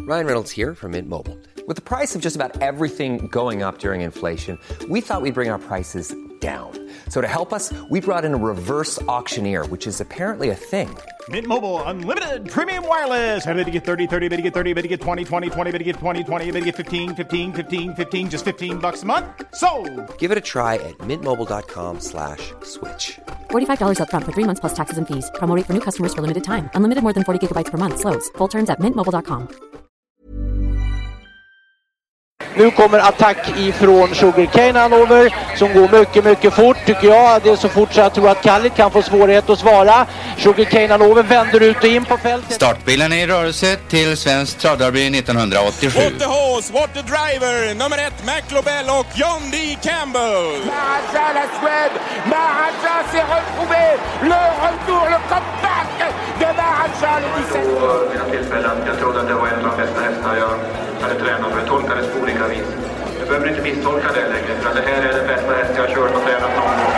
Ryan Reynolds here from Mint Mobile. With the price of just about everything going up during inflation, we thought we'd bring our prices down. So to help us, we brought in a reverse auctioneer, which is apparently a thing. Mint Mobile Unlimited Premium Wireless. How to get 30, 30, bit to get 30, bit to get 20, 20, 20, bit to get 20, 20, bit to get 15, 15, 15, 15, just $15 a month? Sold! Give it a try at mintmobile.com/switch. $45 up front for 3 months plus taxes and fees. Promo rate for new customers for limited time. Unlimited more than 40 gigabytes per month. Slows full terms at mintmobile.com. Nu kommer attack ifrån Sugarcane Hanover som går mycket, mycket fort tycker jag. Det är så fort så jag tror att Kallit kan få svårighet att svara. Sugarcane Hanover vänder ut och in på fältet. Startbilen är i rörelse till Svensk Travderby 1987. What the horse, what the driver, nummer 1 McLobel och John D. Campbell. Maharaja la Suède, Maharaja s'est retrouvé, le retour, le comeback de Maharaja le 17. Jag trodde att det var en av de bästa hästar jag hade tränat för. Jag tolkades på olika vis. Du behöver inte misstolka det längre, för det här är det bästa häst jag har kört och tränat någon gång.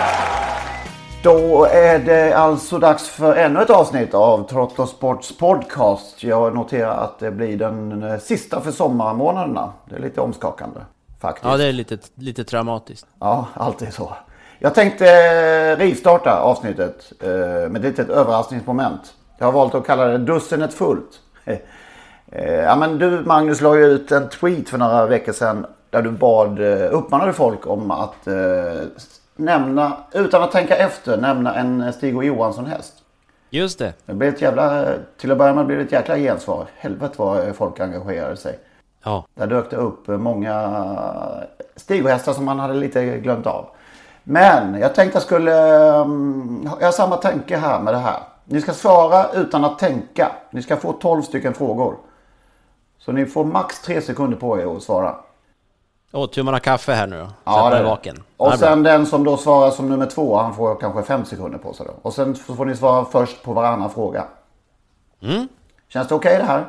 Då är det alltså dags för ännu ett avsnitt av Trotto Sports podcast. Jag noterar att det blir den sista för sommarmånaderna. Det är lite omskakande faktiskt. Ja, det är lite traumatiskt. Ja, alltid så. Jag tänkte rivstarta avsnittet med ett litet överraskningsmoment. Jag har valt att kalla det dussinet fullt. Ja, men du Magnus la ju ut en tweet för några veckor sedan där du uppmanade folk om att nämna, utan att tänka efter, nämna en Stig och Johansson häst. Just det. Det blev till att börja med blev det ett jäkla gensvar. Helvete vad folk engagerade sig. Ja. Där dök det upp många Stig-hästar som man hade lite glömt av. Men jag tänkte jag har samma tanke här med det här. Ni ska svara utan att tänka. Ni ska få 12 stycken frågor. Så ni får max 3 sekunder på er att svara. Tummarna kaffe här nu då. Ja, det är vaken. Och sen den som då svarar som nummer 2, han får kanske 5 sekunder på sig då. Och sen får ni svara först på varannan fråga. Känns det okej det här?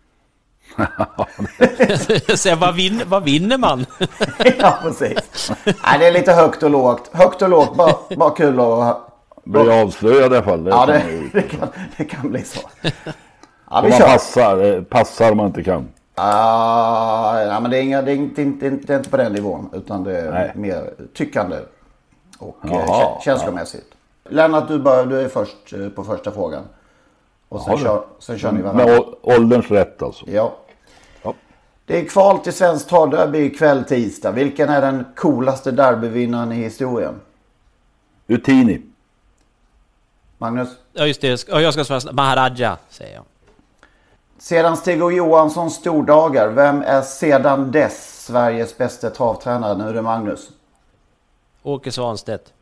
Så vad vinner man? Ja, precis. Nej, det är lite högt och lågt. Högt och lågt, bara kul att blir avslöjad i alla fall. Ja, det kan bli så. Ja, om man passar man inte kan. Ja, men det är inte på den nivån, utan det är mer tyckande och känslomässigt. Lennart, du är först på första frågan. Och sen kör ni varandra. Med ålderns rätt alltså. Ja. Det är kval till Svensk Travderby ikväll tisdag. Vilken är den coolaste derbyvinnaren i historien? Utini. Magnus? Ja, just det. Jag ska svara Maharaja, säger jag. Sedan Stig och Johanssons stordagar, vem är sedan dess Sveriges bästa travtränare? Nu är det Magnus. Åke Svanstedt.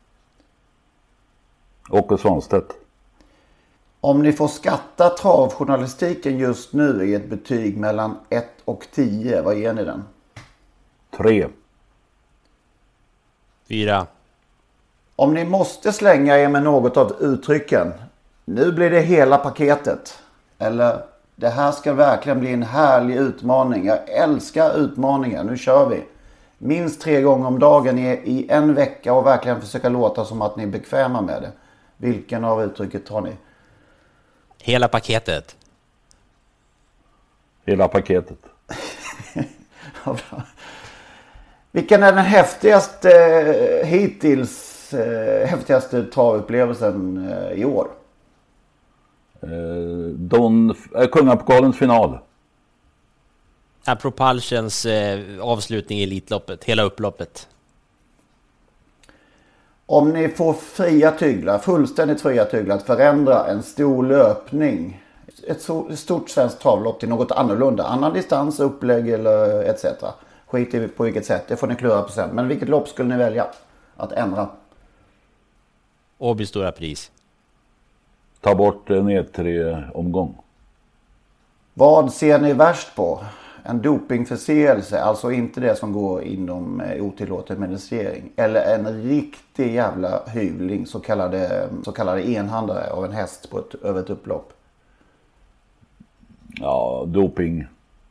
Åke Svanstedt. Om ni får skatta travjournalistiken just nu i ett betyg mellan 1 och 10, vad ger ni den? 3. 4. Om ni måste slänga er med något av uttrycken, nu blir det hela paketet. Eller, det här ska verkligen bli en härlig utmaning. Jag älskar utmaningar, nu kör vi. Minst 3 gånger om dagen i en vecka och verkligen försöka låta som att ni är bekväma med det. Vilken av uttrycket tar ni? Hela paketet. Hela paketet. Ja, bra. Vilken är den häftigaste travupplevelsen i år? Kungapokalens final. Propulsions avslutning i Elitloppet, hela upploppet. Om ni får fullständigt fria tyglar att förändra en stor löpning, ett stort svenskt travlopp till något annorlunda, annan distans, upplägg eller etc. Skit i på vilket sätt, det får ni klura på sen. Men vilket lopp skulle ni välja att ändra? Åby stora pris. Ta bort en E3-omgång. Vad ser ni värst på? En dopingförseelse, alltså inte det som går inom otillåten medicinering, eller en riktig jävla hyvling, så kallade enhandare av en häst över ett upplopp? Ja, doping.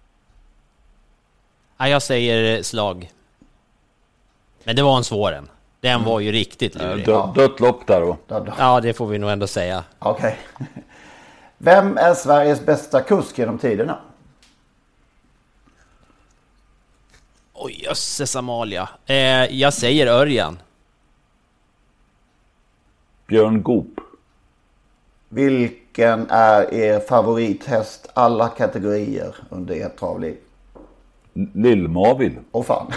Ja, jag säger slag. Men det var en svår en. Den var ju riktigt lurig. Dött lopp där då. Ja, det får vi nog ändå säga. Okej. Vem är Sveriges bästa kusk genom tiderna? Oj, jösses Amalia. Jag säger Örjan. Björn Goop. Vilken är er favorithäst alla kategorier under ert travliv? Lill-Mavil. Åh fan.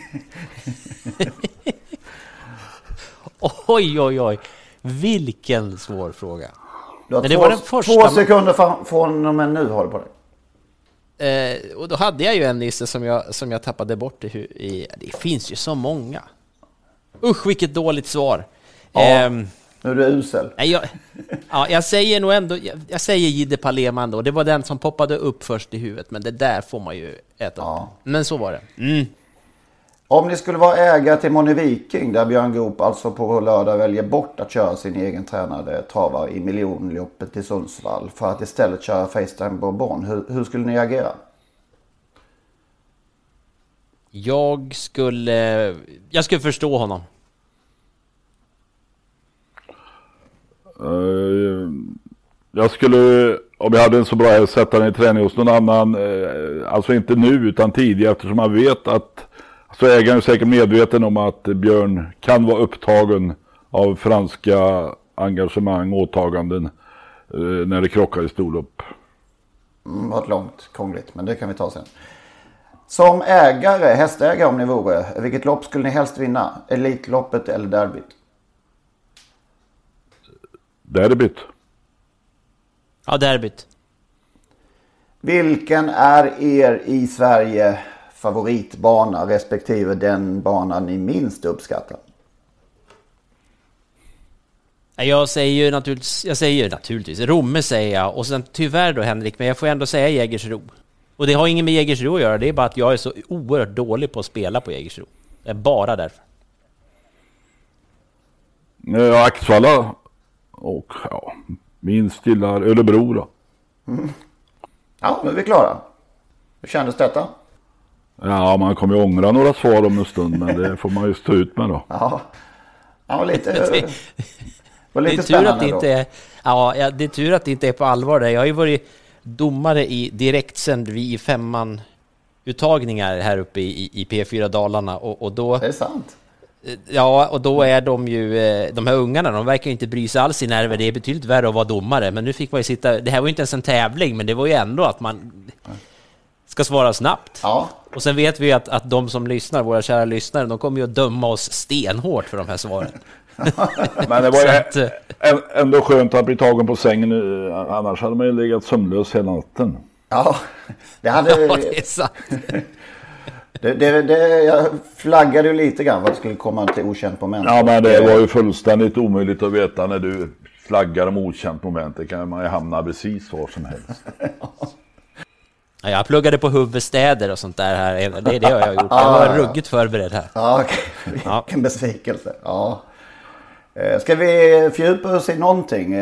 Oj. Vilken svår fråga. Du har Men det var den första 2 sekunder från och med nu har du på dig. Och då hade jag ju en Nisse som jag tappade bort i. Det finns ju så många. Usch, vilket dåligt svar. Ja, nu är du usel. Jag säger nog ändå, jag säger Jidde Palema ändå. Det var den som poppade upp först i huvudet, men det där får man ju äta upp. Men så var det. Om ni skulle vara ägare till Money Viking, där Björn Goop alltså på lördag väljer bort att köra sin egen tränade travare i miljonloppet till Sundsvall för att istället köra FaceTime Bourbon, hur skulle ni agera? Jag skulle förstå honom. Jag skulle, om jag hade en så bra att sätta den i träning hos någon annan, alltså inte nu utan tidigare, eftersom man vet att, så ägaren är säkert medveten om att Björn kan vara upptagen av franska engagemang och åtaganden när det krockar i storlopp. Det var ett långt krångligt, men det kan vi ta sen. Som ägare, hästägare om ni vore, vilket lopp skulle ni helst vinna? Elitloppet eller derbyt? Derbyt. Ja, derbyt. Vilken är er i Sverige favoritbana respektive den banan ni minst uppskattar? Jag säger naturligtvis Romme säger jag, och sen tyvärr då Henrik, men jag får ändå säga Jägersro. Och det har ingen med Jägersro att göra, det är bara att jag är så oerhört dålig på att spela på Jägersro. Det är bara därför. Axvalla och minst gillar Örebro då. Ja, nu är vi klara. Hur kändes detta? Ja, man kommer ju ångra några svar om en stund, men det får man ju stå ut med då. Ja, var lite det är tur att det inte är, det är tur att det inte är på allvar där. Jag har ju varit domare i direktsänd i 5-man-uttagningar här uppe i P4 Dalarna och då... Det är sant. Ja, och då är de ju, de här ungarna, de verkar inte bry sig alls i nerver. Det är betydligt värre att vara domare, men nu fick man ju sitta, det här var ju inte ens en tävling, men det var ju ändå att man ska svara snabbt. Ja. Och sen vet vi att de som lyssnar, våra kära lyssnare, de kommer ju att döma oss stenhårt för de här svaren. Men det var ju ändå skönt att bli tagen på sängen, annars hade man ju legat sömnlös hela natten. Ja, det hade... Ja, det är sant. Jag flaggade ju lite grann för att det skulle komma till okänt moment. Ja, men det var ju fullständigt omöjligt att veta när du flaggar om okänt moment. Det kan man ju hamna precis var som helst. Ja, jag pluggade på huvudstäder och sånt där här. Det har jag gjort. Jag var ruggigt förberedd här. Ja, okej. Vilken besvikelse. Ja. Ska vi fördjupa oss i någonting?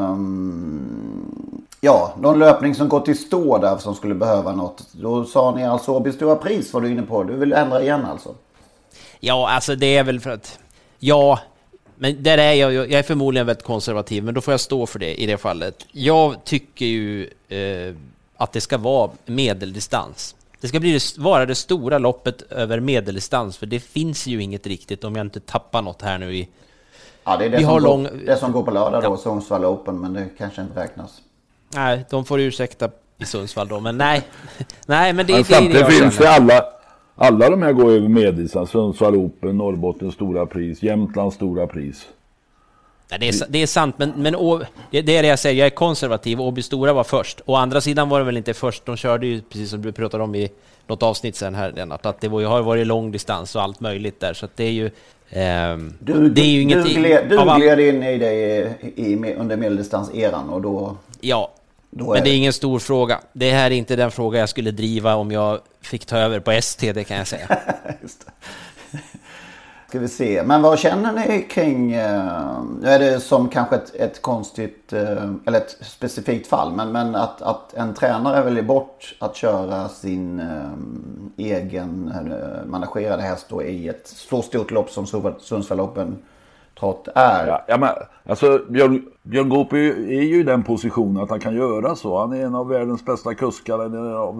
Ja, någon löpning som gått i stå där som skulle behöva något. Då sa ni alltså Åby Stora Pris var du inne på. Du vill ändra igen alltså? Ja, alltså det är väl för att... Ja, men där är jag är förmodligen väldigt konservativ, men då får jag stå för det i det fallet. Jag tycker ju att det ska vara medeldistans. Det ska vara det stora loppet över medeldistans, för det finns ju inget riktigt om jag inte tappar något här nu i... Ja, det är det som går på lördag då, Sundsvall Open, men det kanske inte räknas. Nej, de får ursäkta i Sundsvall då, men nej. Nej, men det finns det alla de här går över medeldistans. Sundsvall Open, Norrbottens stora pris, Jämtlands stora pris. Nej, det är sant, men det är det jag säger, jag är konservativ. Åby Stora var först. Å andra sidan var det väl inte först. De körde ju, precis som du pratade om i något avsnitt sen här, Lennart, att det har varit lång distans och allt möjligt där. Så att det är ju... det är ju inget... Du gled in i det under medeldistanseran och då... Ja, men det är ingen stor fråga. Det här är inte den fråga jag skulle driva om jag fick ta över på ST, det kan jag säga. Just det. Ska vi se. Men vad känner ni kring... är det som kanske ett konstigt... eller ett specifikt fall. Men att en tränare väljer bort att köra sin egen managerade häst då i ett så stort lopp som Sundsvall Open trott är. Ja, men alltså Björn Goop är ju i den positionen att han kan göra så. Han är en av världens bästa kuskar. En av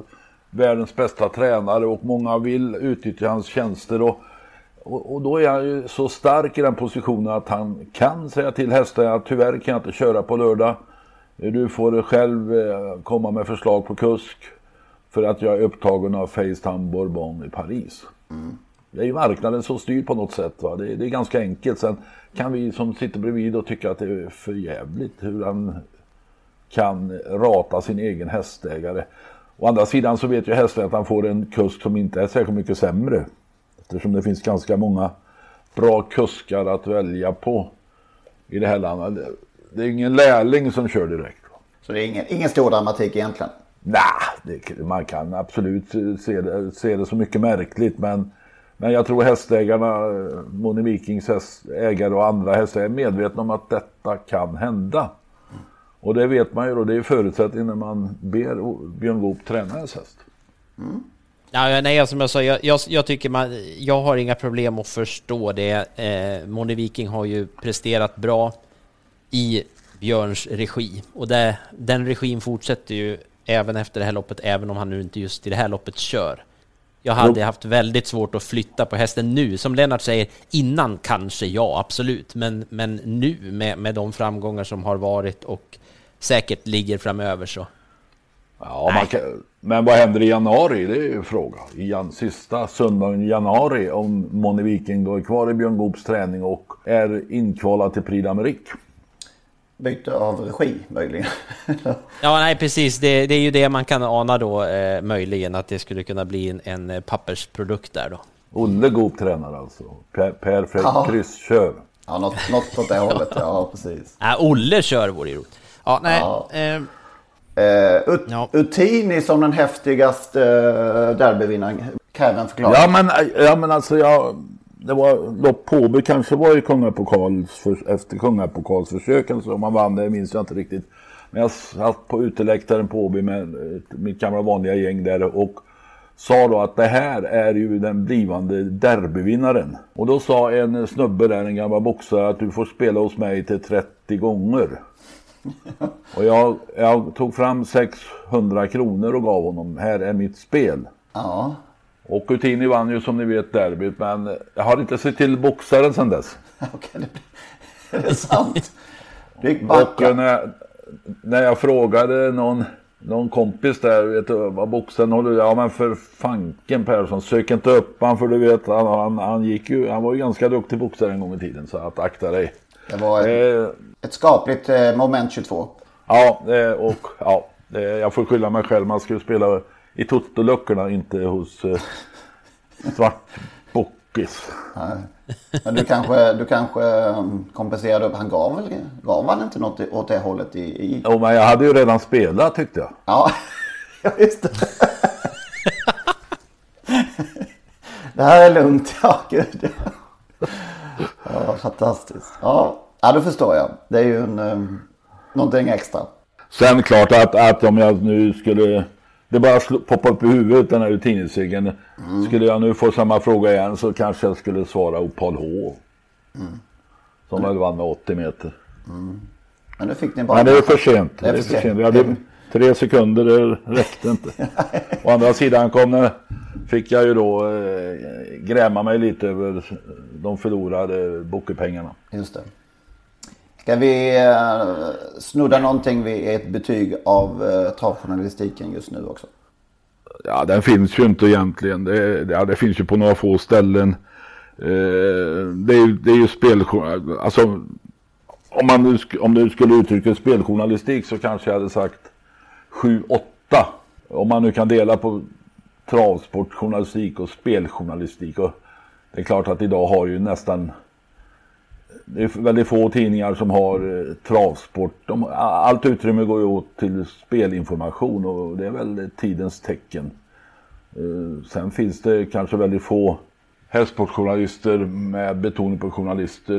världens bästa tränare och många vill utnyttja hans tjänster och då är han ju så stark i den positionen att han kan säga till hästen att tyvärr kan jag inte köra på lördag. Du får själv komma med förslag på kusk för att jag är upptagen av FaceTime Bourbon i Paris. Det är ju marknaden som styr på något sätt. Va? Det är ganska enkelt. Sen kan vi som sitter bredvid och tycka att det är för jävligt hur han kan rata sin egen hästägare. Å andra sidan så vet ju hästen att han får en kusk som inte är särskilt mycket sämre. Eftersom det finns ganska många bra kuskar att välja på i det här landet. Det är ingen lärling som kör direkt. Va? Så det är ingen stor dramatik egentligen? Nej, man kan absolut se det så mycket märkligt. Men jag tror hästägarna, Moni Vikings hästägare och andra hästägare är medvetna om att detta kan hända. Och det vet man ju då, det är förutsättningen när man ber Björn Goop träna ens häst. Nej, som jag sa, jag tycker jag har inga problem att förstå det. Moni Viking har ju presterat bra i Björns regi. Och den regin fortsätter ju även efter det här loppet, även om han nu inte just i det här loppet kör. Jag hade haft väldigt svårt att flytta på hästen nu. Som Lennart säger, innan kanske ja, absolut. Men nu med de framgångar som har varit och säkert ligger framöver så... Ja, men vad händer i januari? Det är ju fråga. Sista söndagen i januari om Moni Viking då är kvar i Björn Goops träning och är inkvalad till Prix d'Amérique. Byte av regi möjligen. Ja, nej precis. Det är ju det man kan ana då möjligen att det skulle kunna bli en pappersprodukt där då. Olle Goop tränar alltså. Per Fredrik Kryss kör. Ja, något åt det hållet. Ja, precis. Olle kör vore ju roligt. Ja, nej. Ja. Uttini som den häftigaste derbyvinnaren kräver en förklaring. Ja, men alltså det var lopp Påby kanske var i efter kungapokalsförsöken så man vann det minns jag inte riktigt. Men jag satt på uteläktaren Påby med mitt gamla vanliga gäng där och sa då att det här är ju den blivande derbyvinnaren. Och då sa en snubbe där, en gammal boxare, att du får spela hos mig till 30 gånger. Och jag tog fram 600 kronor och gav honom. Här är mitt spel. Ja. Och Uttini vann ju som ni vet derbyt. Men jag har inte sett till boxaren sedan dess. Okej, det är sant. Och när jag frågade någon kompis där, vet du vad boxaren håller? Ja, men för fanken Persson, sök inte upp han, för du vet han var ju ganska duktig boxare en gång i tiden, så att akta dig. Det var ett skapligt moment 22. Ja, jag får skylla mig själv. Man skulle spela i Totoluckorna, inte hos svart bockis. Men du kanske kompenserade upp. Han gav han inte något åt det hållet i... Jo, men jag hade ju redan spelat tyckte jag. Ja, just det. Det här är lugnt, ja gud. Ja, fantastiskt. Ja, då förstår jag. Det är ju någonting extra. Sen klart att om jag nu skulle... Det bara poppa upp i huvudet den här Uttini-segern. Skulle jag nu få samma fråga igen så kanske jag skulle svara Opal H. Som väl vann med 80 meter. Men nu fick ni bara... Men det är för sent. Det är för sent. Vi hade 3 sekunder, det räckte inte. Å andra sidan fick jag ju då gräma mig lite över de förlorade bokepengarna. Just det. Ska vi snudda någonting vid ett betyg av travjournalistiken just nu också? Ja, den finns ju inte egentligen. Det finns ju på några få ställen. Det är ju speljournalistik. Alltså, om du skulle uttrycka speljournalistik så kanske jag hade sagt 7-8. Om man nu kan dela på travsportjournalistik och speljournalistik. Och det är klart att idag har ju nästan... Det är väldigt få tidningar som har travsport. Allt utrymme går ju åt till spelinformation och det är väl tidens tecken. Sen finns det kanske väldigt få hästsportjournalister med betoning på journalister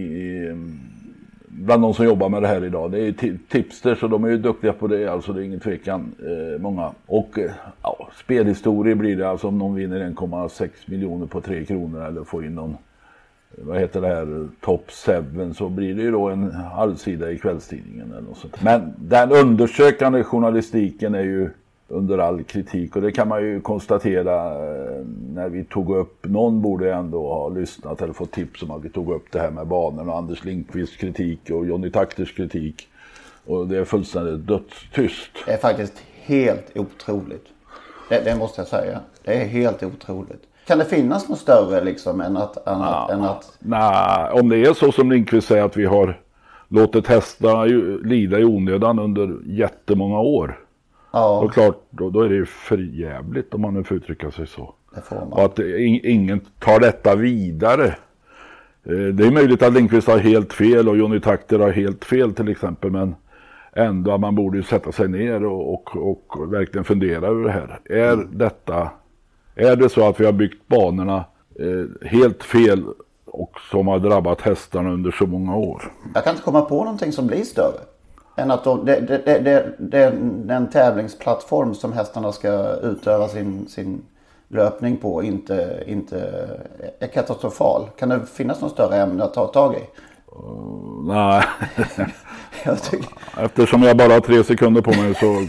bland de som jobbar med det här idag. Det är ju tipsters och de är ju duktiga på det, alltså det är ingen tvekan, många. Och spelhistoria blir det, alltså om någon vinner 1,6 miljoner på 3 kronor eller får in någon, vad heter det här, top 7, så blir det ju då en halvsida i kvällstidningen eller något sånt. Men den undersökande journalistiken är ju under all kritik. Och det kan man ju konstatera när vi tog upp, någon borde ändå ha lyssnat eller fått tips om att vi tog upp det här med banorna, Anders Lindqvists kritik och Johnny Takters kritik. Och det är fullständigt dödstyst. Det är faktiskt helt otroligt. Det måste jag säga. Det är helt otroligt. Kan det finnas något större liksom än att... Nej, om det är så som Lindqvist säger att vi har låtit hästarna lida i onödan under jättemånga år. Ja. Och klart, då är det ju för jävligt om man nu får uttrycka sig så. Det får man. Och att ingen tar detta vidare. Det är möjligt att Lindqvist har helt fel och Johnny Takter har helt fel till exempel, men ändå man borde ju sätta sig ner och verkligen fundera över det här. Är det så att vi har byggt banorna helt fel och som har drabbat hästarna under så många år? Jag kan inte komma på någonting som blir större än att den tävlingsplattform som hästarna ska utöva sin löpning på inte är katastrofal. Kan det finnas något större ämne att ta tag i? Nej. Eftersom jag bara har 3 sekunder på mig så...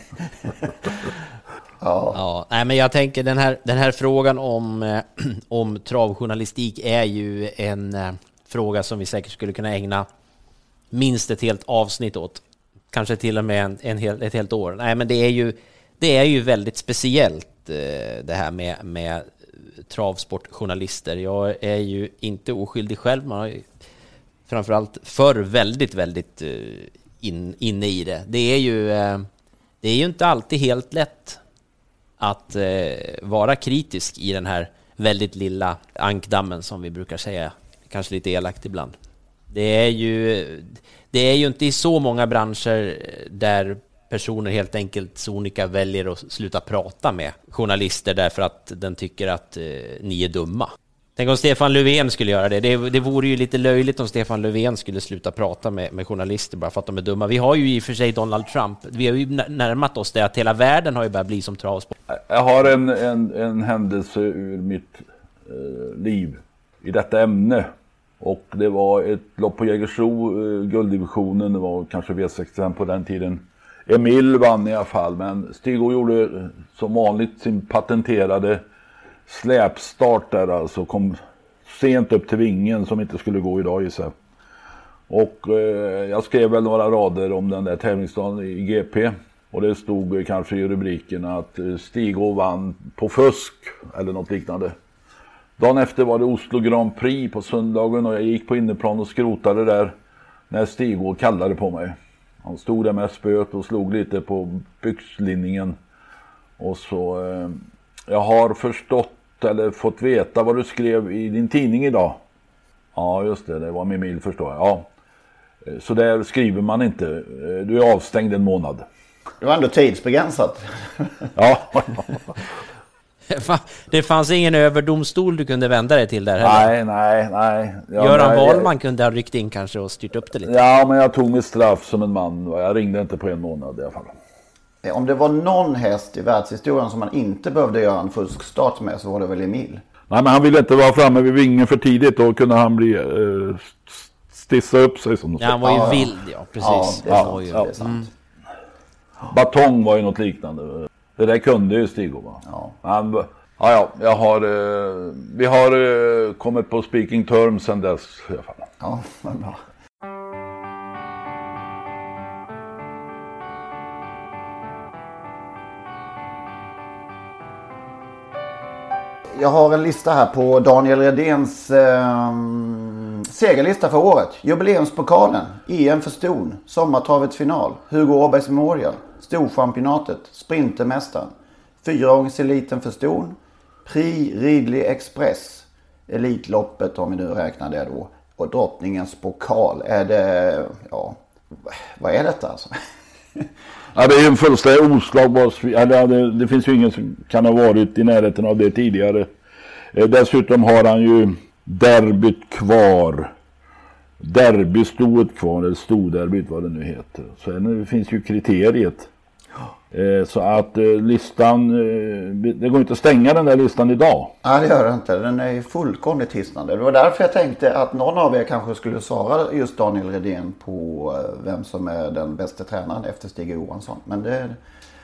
Ja, nej, men jag tänker den här frågan om travjournalistik är ju en fråga som vi säkert skulle kunna ägna minst ett helt avsnitt åt. Kanske till och med ett helt år. Nej, men det är ju väldigt speciellt det här med travsportjournalister. Jag är ju inte oskyldig själv. Man har ju framförallt väldigt, väldigt inne i det. Det är ju inte alltid helt lätt att vara kritisk i den här väldigt lilla ankdammen som vi brukar säga, kanske lite elakt ibland. Det är ju inte i så många branscher där personer helt enkelt sonika väljer att sluta prata med journalister därför att den tycker att ni är dumma. Tänk om Stefan Löfven skulle göra det. Det vore ju lite löjligt om Stefan Löfven skulle sluta prata med journalister bara för att de är dumma. Vi har ju i och för sig Donald Trump. Vi har ju närmat oss det att hela världen har ju börjat bli som travsport. Jag har en händelse ur mitt liv i detta ämne. Och det var ett lopp på Jägersro, gulddivisionen. Det var kanske V65 på den tiden. Emil vann i alla fall, men Stig-O gjorde som vanligt sin patenterade släpstart där, alltså kom sent upp till vingen som inte skulle gå idag i sig. Och jag skrev väl några rader om den där tävlingsdagen i GP och det stod kanske i rubriken att Stig-O vann på fusk eller något liknande. Dagen efter var det Oslo Grand Prix på söndagen och jag gick på inneplan och skrotade där när Stig-O kallade på mig. Han stod där med spöt och slog lite på byxlinningen och så... Jag har förstått eller fått veta vad du skrev i din tidning idag. Ja, just det var med Emil, förstår jag. Ja. Så där skriver man inte. Du är avstängd en månad. Det var ändå tidsbegränsat. Ja. Det fanns ingen överdomstol du kunde vända dig till där heller. Nej. Göran Wahlman kunde ha ryckt in kanske och styrt upp det lite. Ja, men jag tog mitt straff som en man. Jag ringde inte på en månad i alla fall. Om det var någon häst i världshistorien som man inte behövde göra en fuskstart med så var det väl Emil. Nej, men han ville inte vara framme vid vingen för tidigt. Då kunde han bli stissa upp sig som ja, han var ju vild, ja, precis. Ja, det är sant. Batong var ju något liknande. Det där kunde ju Stig-O, va? Ja. Vi har kommit på speaking terms sen dess i alla fall. Ja, men bra. Jag har en lista här på Daniel Redéns segerlista för året. Jubileumspokalen, EM för ston, sommartravets final, Hugo Åbergs Memorial, Storchampionatet, Sprintermästaren, 4-åringseliten för ston, Prix Ridley Express, Elitloppet om vi nu räknar det då, och Drottningens pokal. Är det, ja, vad är detta alltså? Ja, det är ju en fullständig oslagbar. Det finns ju ingen som kan ha varit i närheten av det tidigare. Dessutom har han ju derbyt kvar. Derbystoet kvar, eller storderbyt vad det nu heter. Så nu finns ju kriteriet. Så att listan, det går inte att stänga den där listan idag. Ja, det gör det inte. Den är fullkomligt hisnande. Det var därför jag tänkte att någon av er kanske skulle svara just Daniel Redén på vem som är den bästa tränaren efter Stig Johansson. Men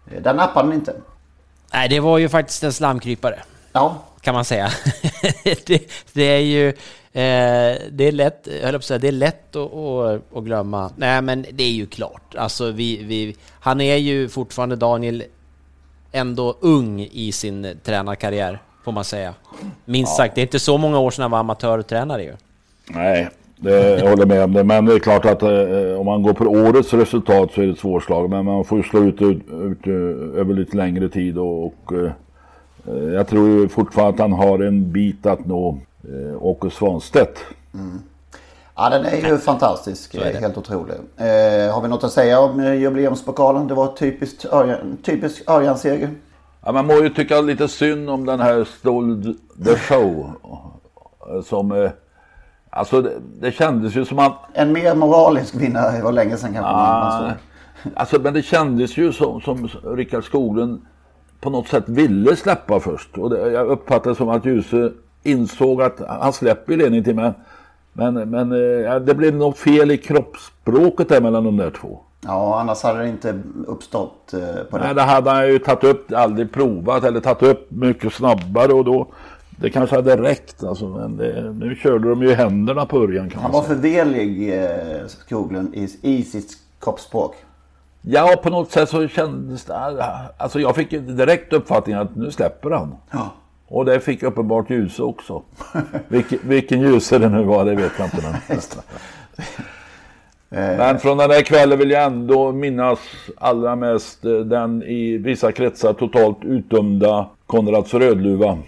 Där nappade den inte. Nej, det var ju faktiskt en slamkrypare. Ja. Kan man säga. det är ju... det är lätt, jag höll på att säga, det är lätt att glömma. Nej, men det är ju klart. Alltså han är ju fortfarande, Daniel, ändå ung i sin tränarkarriär, får man säga. Minst sagt, det är inte så många år sedan han var amatörtränare ju. Nej, jag håller med om det. Men det är klart att om man går på årets resultat så är det svårslag. Men man får ju slå ut över lite längre tid. Och jag tror ju fortfarande att han har en bit att nå Åke Svanstedt. Mm. Ja, den är ju fantastisk. Helt otrolig. Har vi något att säga om jubileumspokalen? Det var typiskt Örjan-seger. Ja, man må ju tycka lite synd om den här Stole the Show. Som... Alltså det kändes ju som att... En mer moralisk vinnare var länge sedan kanske. Alltså, men det kändes ju som Rickard Skoglund på något sätt ville släppa först. Och jag uppfattade som att Djuse insåg att han släpper ledning till mig. Men det blev något fel i kroppsspråket där mellan de där två. Ja, annars hade det inte uppstått på det. Nej, det hade han ju aldrig provat eller tagit upp mycket snabbare och då... Det kanske hade räckt, alltså, men nu körde de ju händerna på Örjan. Han var förvelig, Skoglund, i sitt kroppsspråk. Ja, på något sätt så kändes det... Alltså jag fick direkt uppfattningen att nu släpper han. Ja. Och det fick uppenbart Djuse också. Vilken Djuse det nu var, det vet jag inte. Men från den här kvällen vill jag ändå minnas allra mest den i vissa kretsar totalt utdömda Konrads Rödluva.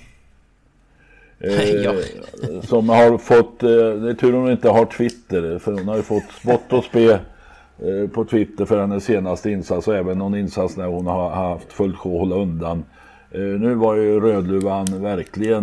Som har fått, det är tur hon inte har Twitter, för hon har ju fått spott och spe på Twitter för hennes senaste insats och även någon insats när hon har haft fullt sjå att hålla undan. Nu var ju Rödluvan verkligen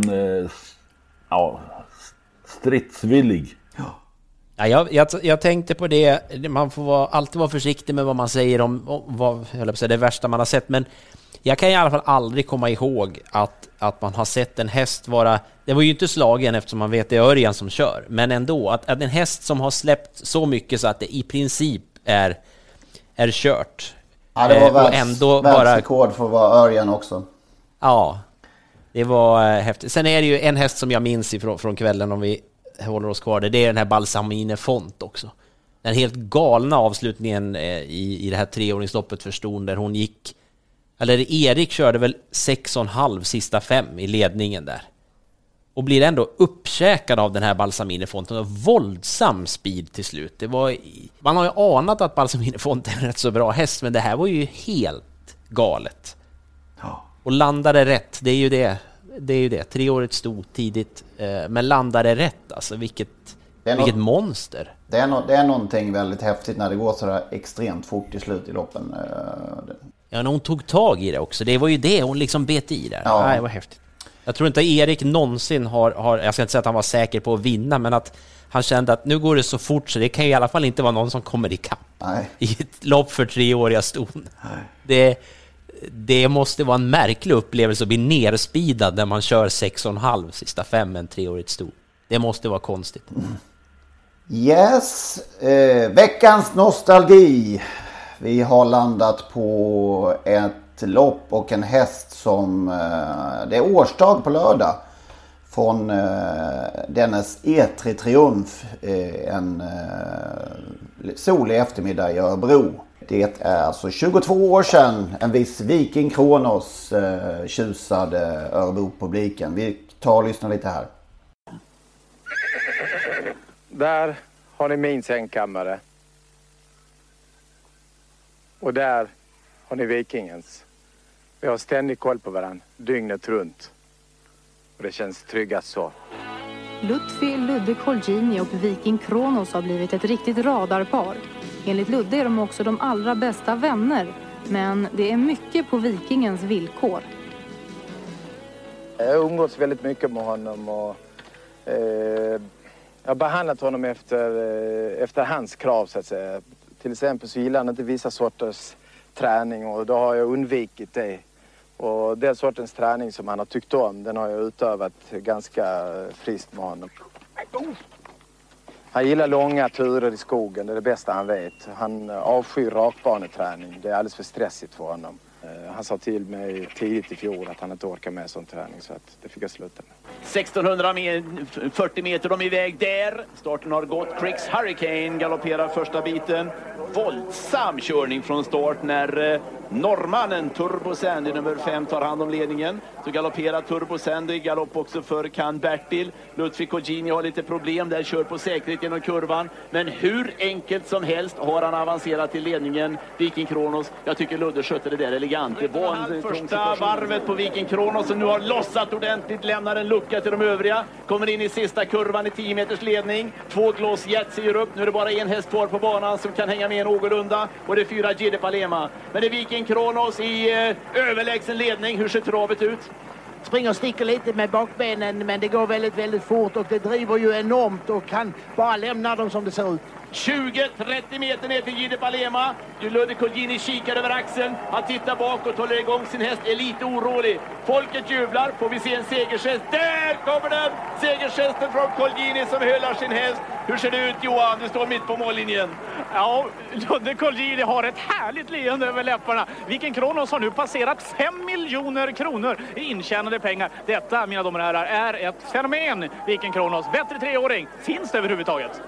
stridsvillig. Ja, jag tänkte på det, man får alltid vara försiktig med vad man säger om vad, det värsta man har sett, men jag kan i alla fall aldrig komma ihåg att man har sett en häst vara... Det var ju inte slagen eftersom man vet det är Örjan som kör. Men ändå, att en häst som har släppt så mycket så att det i princip är kört. Ja, det var världsrekord för att vara Örjan också. Ja, det var häftigt. Sen är det ju en häst som jag minns från kvällen, om vi håller oss kvar. Det är den här Balsamine Font också. Den helt galna avslutningen i det här treåringsloppet för Ston, där hon gick... Eller Erik körde väl 6,5 sista 5 i ledningen där. Och blir ändå uppkäkad av den här Balsamine Fonten. Våldsam speed till slut. Det var, man har ju anat att Balsamine Fonten är en rätt så bra häst, men det här var ju helt galet. Ja. Och landade rätt, det är ju det. Det är ju det. 3 året stod tidigt, men landade rätt. Alltså vilket monster. Det är någonting väldigt häftigt när det går så där extremt fort i slut i loppen. Ja, när hon tog tag i det också. Det var ju det, hon liksom bet i där. Ja. Nej, det var häftigt. Jag tror inte Erik någonsin har, jag ska inte säga att han var säker på att vinna, men att han kände att nu går det så fort så det kan ju i alla fall inte vara någon som kommer ikapp. Nej. I ett lopp för 3-åriga Ston. Det måste vara en märklig upplevelse att bli nerspidad när man kör 6,5 sista 5 en 3-årigt Ston. Det måste vara konstigt. Yes, veckans nostalgi. Vi har landat på ett lopp och en häst som det är årsdag på lördag från dennes E3 Triumf, en solig eftermiddag i Örebro. Det är alltså 22 år sedan en viss Viking Kronos tjusade Örebro-publiken. Vi tar och lyssnar lite här. Där har ni min sängkammare. Och där har ni Vikingens. Vi har ständig koll på varandra, dygnet runt. Och det känns tryggast så. Lutfi, Ludde Colgjini och Viking Kronos har blivit ett riktigt radarpar. Enligt Ludde är de också de allra bästa vänner. Men det är mycket på Vikingens villkor. Jag har umgåtts väldigt mycket med honom och jag har behandlat honom efter hans krav så att säga. Till exempel så gillar han inte vissa sorters träning och då har jag undvikit det. Och den sortens träning som han har tyckt om, den har jag utövat ganska friskt med honom. Han gillar långa turer i skogen, det är det bästa han vet. Han avskyr rakbaneträning, det är alldeles för stressigt för honom. Han sa till mig tidigt i fjol att han inte orkar med sån träning, så att det fick jag sluta med. 1640 meter de är iväg där. Starten har gått. Cricks Hurricane galopperar första biten. Våldsam körning från start när norrmannen Turbo Sandy nummer 5 tar hand om ledningen. Så galopperar Turbo Sandy, galopp också för Can Bertil. Ludwig Cogini har lite problem där, kör på säkerhet genom kurvan. Men hur enkelt som helst har han avancerat till ledningen. Viking Kronos, jag tycker Ludde skötte det där elegant. Det var en första varvet på Viking Kronos som nu har lossat ordentligt, lämnar en lucka till de övriga. Kommer in i sista kurvan i 10 meters ledning. 2 Gloss Jets ger upp. Nu är det bara en häst kvar på banan som kan hänga med någorlunda. Och det är 4 Gide Palema. Men det är Viking Kronos i överlägsen ledning. Hur ser travet ut? Springer och sticker lite med bakbenen, men det går väldigt, väldigt fort och det driver ju enormt och kan bara lämna dem som det ser ut. 20-30 meter ner till Gide Palema. Ludwig Cogini kikar över axeln. Han tittar bakåt och håller igång sin häst. Är lite orolig. Folket jublar. Får vi se en segergest. Där kommer den! Segergesten från Cogini som hyllar sin häst. Hur ser det ut, Johan? Du står mitt på mållinjen. Ja, Ludwig Cogini har ett härligt leende över läpparna. Viking Kronos har nu passerat 5 miljoner kronor i intjänade pengar. Detta, mina damer och herrar, är ett fenomen. Viking Kronos, bättre 3-åring. Finns det överhuvudtaget?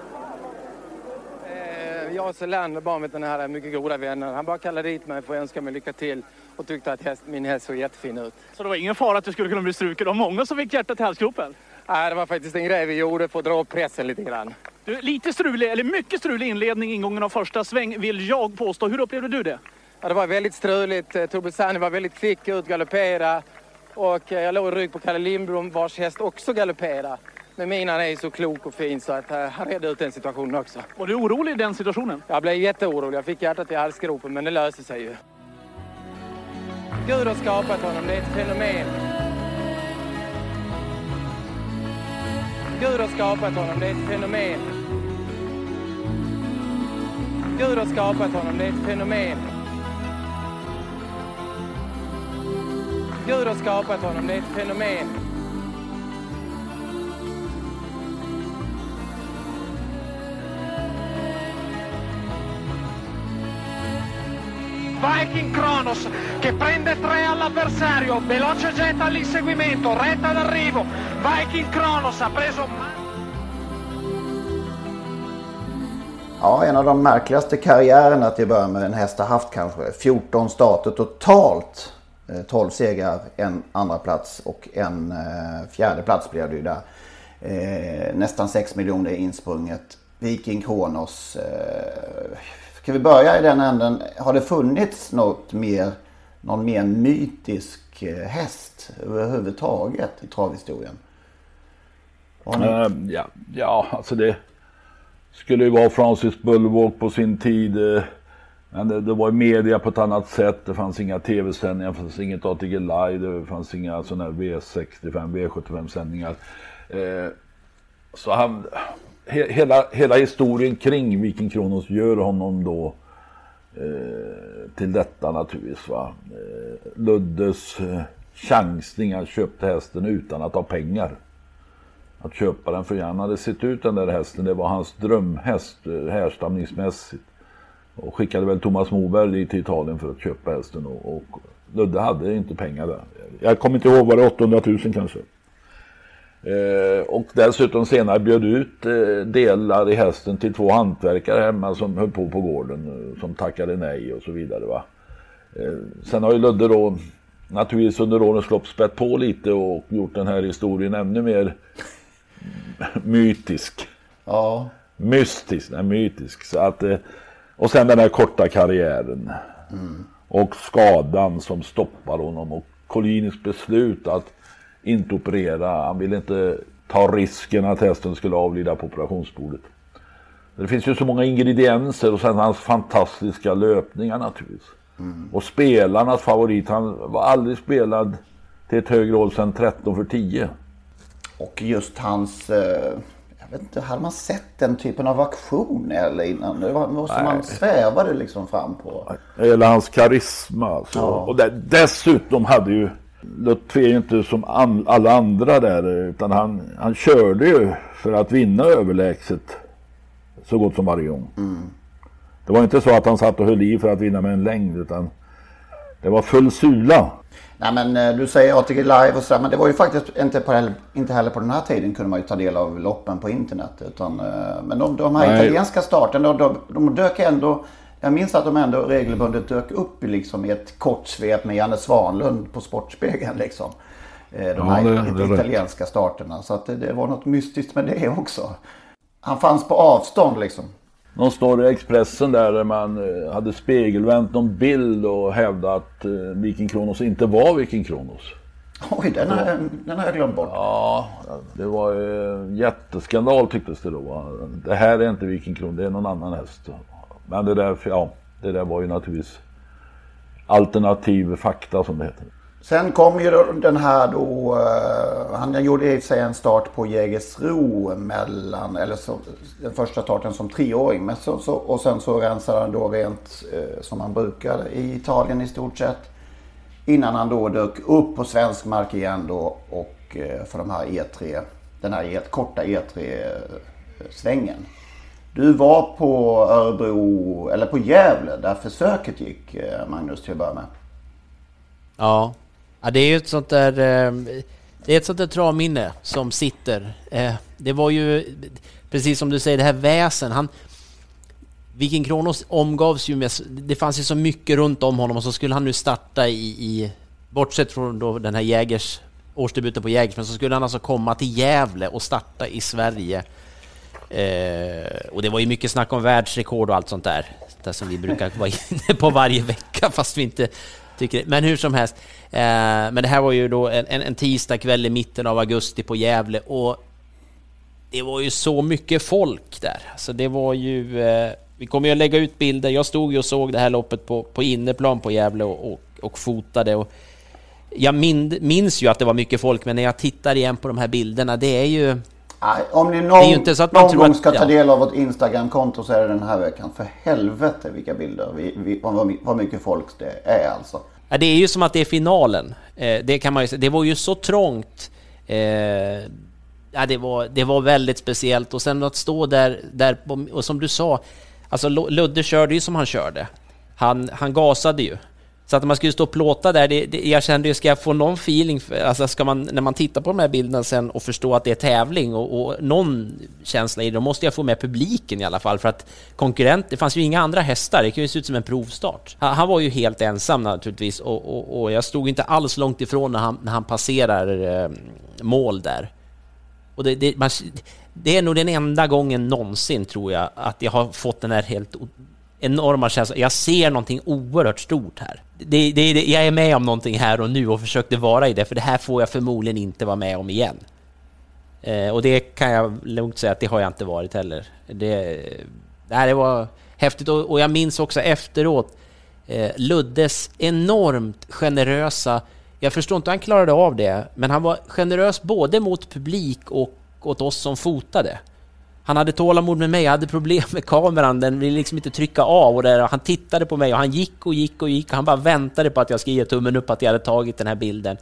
Jag och Selander, barnveten här, är mycket goda vänner. Han bara kallade dit mig för att önska mig lycka till och tyckte att min häst såg jättefin ut. Så det var ingen fara att du skulle kunna bli struken av många som fick hjärtat i halsgropen? Nej, det var faktiskt en grej vi gjorde för att dra upp pressen lite grann. Du, lite strulig, eller mycket strulig inledning ingången av första sväng vill jag påstå. Hur upplevde du det? Ja, det var väldigt struligt. Turbo Sandy var väldigt kvick ut, galoppera. Och jag låg i rygg på Kalle Lindblom, vars häst också galoppera. Men Mina är så klok och fin så att han redde ut den situationen också. Var du orolig i den situationen? Jag blev jätteorolig. Jag fick hjärtat i halsgropen, men det löser sig ju. Gud har skapat honom, det är ett fenomen. Gud har skapat honom, det är ett fenomen. Gud har skapat honom, det är ett fenomen. Gud har skapat honom, det är ett fenomen. Viking Kronos che prende 3 all'avversario, veloce Jet all'inseguimento, retta d'arrivo, Viking Kronos ha preso... Ja, en av de märkligaste karriärerna till början med en häst har haft kanske 14 starter totalt. 12 segrar, en andra plats och en fjärde plats blev det ju där. Nästan 6 miljoner insprunget. Viking Kronos. Ska vi börja i den änden? Har det funnits någon mer mytisk häst överhuvudtaget i travhistorien? Ja, alltså det skulle ju vara Francis Bulwark på sin tid. Men det var media på ett annat sätt. Det fanns inga tv-sändningar, det fanns inget ATG Live, det fanns inga sådana här V65, V75-sändningar. Så hela historien kring Viking Kronos gör honom då till detta naturligtvis. Luddes chansning, han köpte hästen utan att ha pengar. Att köpa den, för han hade sett ut den där hästen, det var hans drömhäst härstamningsmässigt. Och skickade väl Thomas Moberg till Italien för att köpa hästen och Ludde hade inte pengar där. Jag kommer inte ihåg, var det 800 000 kanske. Och dessutom senare bjöd ut delar i hästen till 2 hantverkare hemma som höll på gården, som tackade nej och så vidare va. Sen har ju Ludde då naturligtvis under årens lopp spett på lite och gjort den här historien ännu mer mytisk. Ja. Mytisk. Så att, och sen den här korta karriären. Och skadan som stoppar honom och Collinis beslut att inte operera. Han ville inte ta risken att hästen skulle avlida på operationsbordet. Det finns ju så många ingredienser och sen hans fantastiska löpningar naturligtvis. Och spelarnas favorit, han var aldrig spelad till ett högre håll sedan 13 för 10. Och just hans, jag vet inte, hade man sett den typen av aktion eller innan? Det var som man svävade liksom fram på. Eller hans karisma. Så. Ja. Och dessutom hade ju Lutfi är ju inte som alla andra där, utan han körde ju för att vinna överlägset så gott som varje gång. Det var inte så att han satt och höll i för att vinna med en längd, utan Det var full sula. Nej, men du säger ATG Live och sådär, men det var ju faktiskt inte heller på den här tiden kunde man ju ta del av loppen på internet. Utan, men de här italienska starten, de dök ändå, jag minns att de ändå regelbundet dök upp liksom i ett kort svep med Janne Svanlund på Sportspegeln liksom. De här italienska starterna, så att det var något mystiskt med det också. Han fanns på avstånd liksom. Någon står i Expressen där man hade spegelvänt någon bild och hävdade att Viking Kronos inte var Viking Kronos. Oj, den har jag glömt bort. Ja, det var en jätteskandal tycktes det då. Det här är inte Viking Kronos, det är någon annan häst. Men det där var ju naturligtvis alternativ fakta som det heter. Sen kom ju den här då, han gjorde i sig en start på Jägersro den första starten som 3-åring. Men och sen så rensade han då rent som han brukar i Italien i stort sett. Innan han då dök upp på svensk mark igen då och för de här den här korta E3-svängen. Du var på Örebro, eller på Gävle, där försöket gick, Magnus, till att börja med. Ja, det är ju ett sånt där travminne som sitter. Det var ju, precis som du säger, det här väsen. Viking Kronos omgavs ju med, det fanns ju så mycket runt om honom, och så skulle han nu starta i bortsett från då den här årsdebuten på Jägers, men så skulle han alltså komma till Gävle och starta i Sverige. Och det var ju mycket snack om världsrekord och allt sånt där som vi brukar vara inne på varje vecka, fast vi inte tycker det. Men hur som helst, men det här var ju då en tisdag kväll i mitten av augusti på Gävle, och det var ju så mycket folk där. Så det var ju, vi kommer ju att lägga ut bilder. Jag stod ju och såg det här loppet på inneplan på Gävle och fotade, och jag minns ju att det var mycket folk, men när jag tittar igen på de här bilderna, det är ju... Om ni någon gång ska ta del av vårt Instagram-konto så är det den här veckan. För helvete vilka bilder, vad mycket folk det är alltså. Ja, det är ju som att det är finalen. Det kan man ju säga. Det var ju så trångt. Ja, det var väldigt speciellt. Och sen att stå där och som du sa, alltså Ludde körde ju som han körde. Han gasade ju. Så att man skulle stå och plåta där, jag kände ju, ska jag få någon feeling, alltså ska man, när man tittar på de här bilderna sen och förstå att det är tävling och någon känsla i det, då måste jag få med publiken i alla fall, för att det fanns ju inga andra hästar, det kan ju se ut som en provstart. Han var ju helt ensam naturligtvis, och jag stod inte alls långt ifrån när han passerar mål där. Och det är nog den enda gången någonsin, tror jag, att jag har fått den här helt enorma känslan. Jag ser någonting oerhört stort här. Jag är med om någonting här och nu och försökte vara i det, för det här får jag förmodligen inte vara med om igen. Och det kan jag lugnt säga att det har jag inte varit heller. Det var häftigt, och jag minns också efteråt Luddes enormt generösa, jag förstår inte hur han klarade av det, men han var generös både mot publik och åt oss som fotade. Han hade tålamod med mig, jag hade problem med kameran, den ville liksom inte trycka av, och han tittade på mig och han gick och han bara väntade på att jag skulle ge tummen upp att jag hade tagit den här bilden.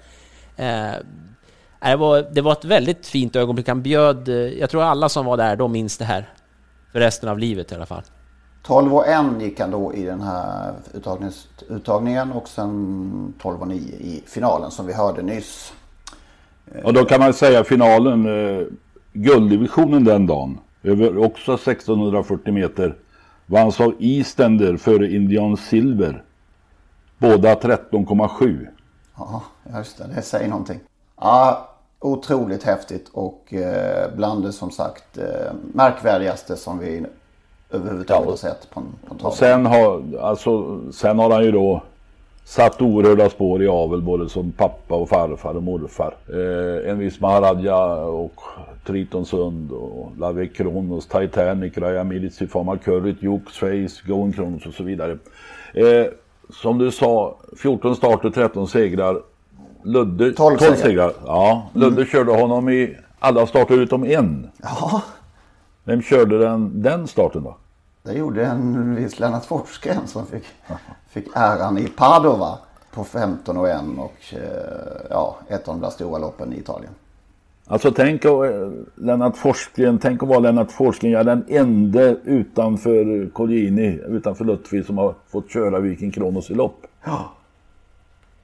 Det var ett väldigt fint ögonblick. Han bjöd, jag tror alla som var där då minns det här för resten av livet i alla fall. 12:1 gick han då i den här uttagningen, och sen 12:9 i finalen som vi hörde nyss. Och då kan man säga finalen, gulddivisionen den dagen, över också 1640 meter, vanns av Eastender före Indian Silver, båda 13,7. Ja, just det säger någonting. Ja, otroligt häftigt, och bland det som sagt märkvärdigaste som vi överhuvudtaget har sett på en och sen har han ju då satt oerhörda spår i avel, både som pappa och farfar och morfar. En viss Maharadja och Tritonsund och Lave Kronos, Titanic, Raya Milici, Fama Currit, Jux Face, Going Kronos och så vidare. Som du sa, 14 starter, 13 segrar. Ludde 12 segrar. Ja, Ludde körde honom i alla starter utom en. Ja. Vem körde den starten då? Det gjorde en viss Lennart Forsgren som fick äran i Padova på 15:1 och ett av de stora loppen i Italien. Alltså tänk att vara Lennart Forsgren, jag är den enda utanför Colgjini, utanför Lutfi, som har fått köra Viking Kronos i lopp. Ja.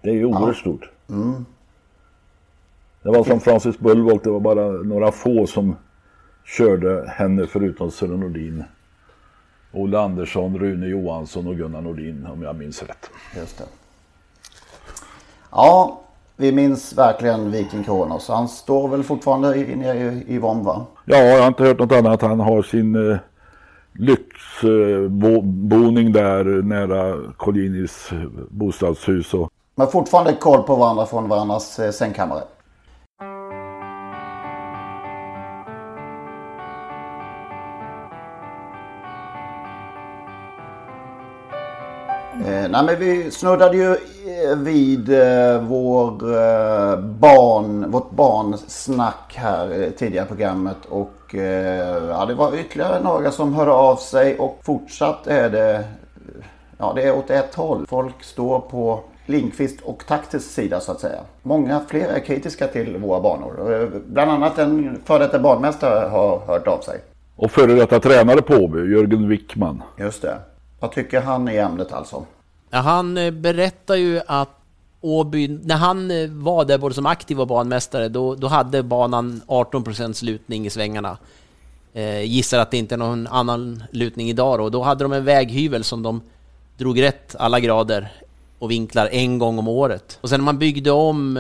Det är ju oerhört stort. Det var som Francis Bullwalk, det var bara några få som körde henne förutom Sören Nordin. Olle Andersson, Rune Johansson och Gunnar Nordin, om jag minns rätt. Just det. Ja, vi minns verkligen Viking Kronos. Han står väl fortfarande nere i Vom, va? Ja, jag har inte hört något annat. Han har sin lyxboning där nära Colginis bostadshus. Men fortfarande koll på varandra från varandras sängkammare. Nej, men vi snuddade ju vid vårt barnsnack här tidigare i programmet och det var ytterligare några som hörde av sig och fortsatt är det är åt ett håll. Folk står på Lindqvist och Taktis sida så att säga. Många fler är kritiska till våra banor. Bland annat en före detta banmästare har hört av sig. Och före detta tränare på Åby, Jörgen Wickman. Just det. Vad tycker han i ämnet alltså? Ja, han berättar ju att Åby, när han var där både som aktiv och banmästare, då hade banan 18% lutning i svängarna. Gissar att det inte är någon annan lutning idag då. Då hade de en väghyvel som de drog rätt alla grader och vinklar en gång om året. Och sen när man byggde om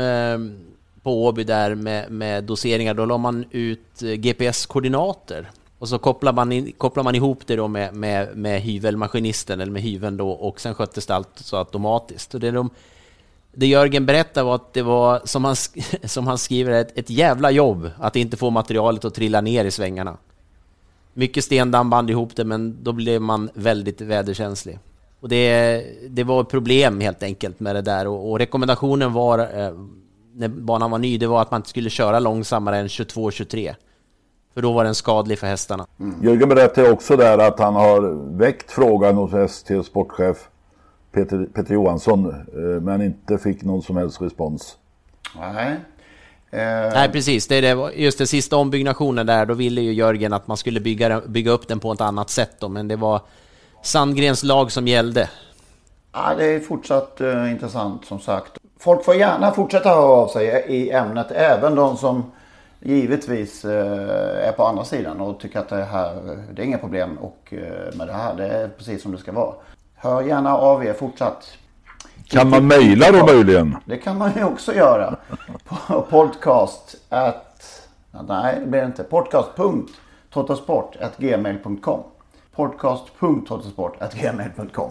på Åby där med doseringar, då la man ut GPS-koordinater. Och så kopplar man ihop det då med hyvelmaskinisten eller med hyveln då, och sen sköttes det allt så automatiskt. Och det Jörgen berättade var att det var, som han skriver, ett jävla jobb att inte få materialet att trilla ner i svängarna. Mycket stendamm band ihop det, men då blev man väldigt väderkänslig. Och det var ett problem helt enkelt med det där. Och rekommendationen var, när banan var ny, det var att man inte skulle köra långsammare än 22-23. För då var den skadlig för hästarna. Jörgen berättade också där att han har väckt frågan hos ST sportchef Peter Johansson, men inte fick någon som helst respons. Nej. Nej, precis. Det var just den sista ombyggnationen där. Då ville ju Jörgen att man skulle bygga upp den på ett annat sätt då, men det var Sandgrens lag som gällde. Ja, det är fortsatt intressant som sagt. Folk får gärna fortsätta höra av sig i ämnet, även de som givetvis är på andra sidan och tycker att det är inga problem och med det här, det är precis som det ska vara. Hör gärna av er fortsatt. Kan man mejla då möjligen? Det kan man ju också göra på podcast nej, det blir inte. podcast.trottosport@gmail.com podcast.trottosport@gmail.com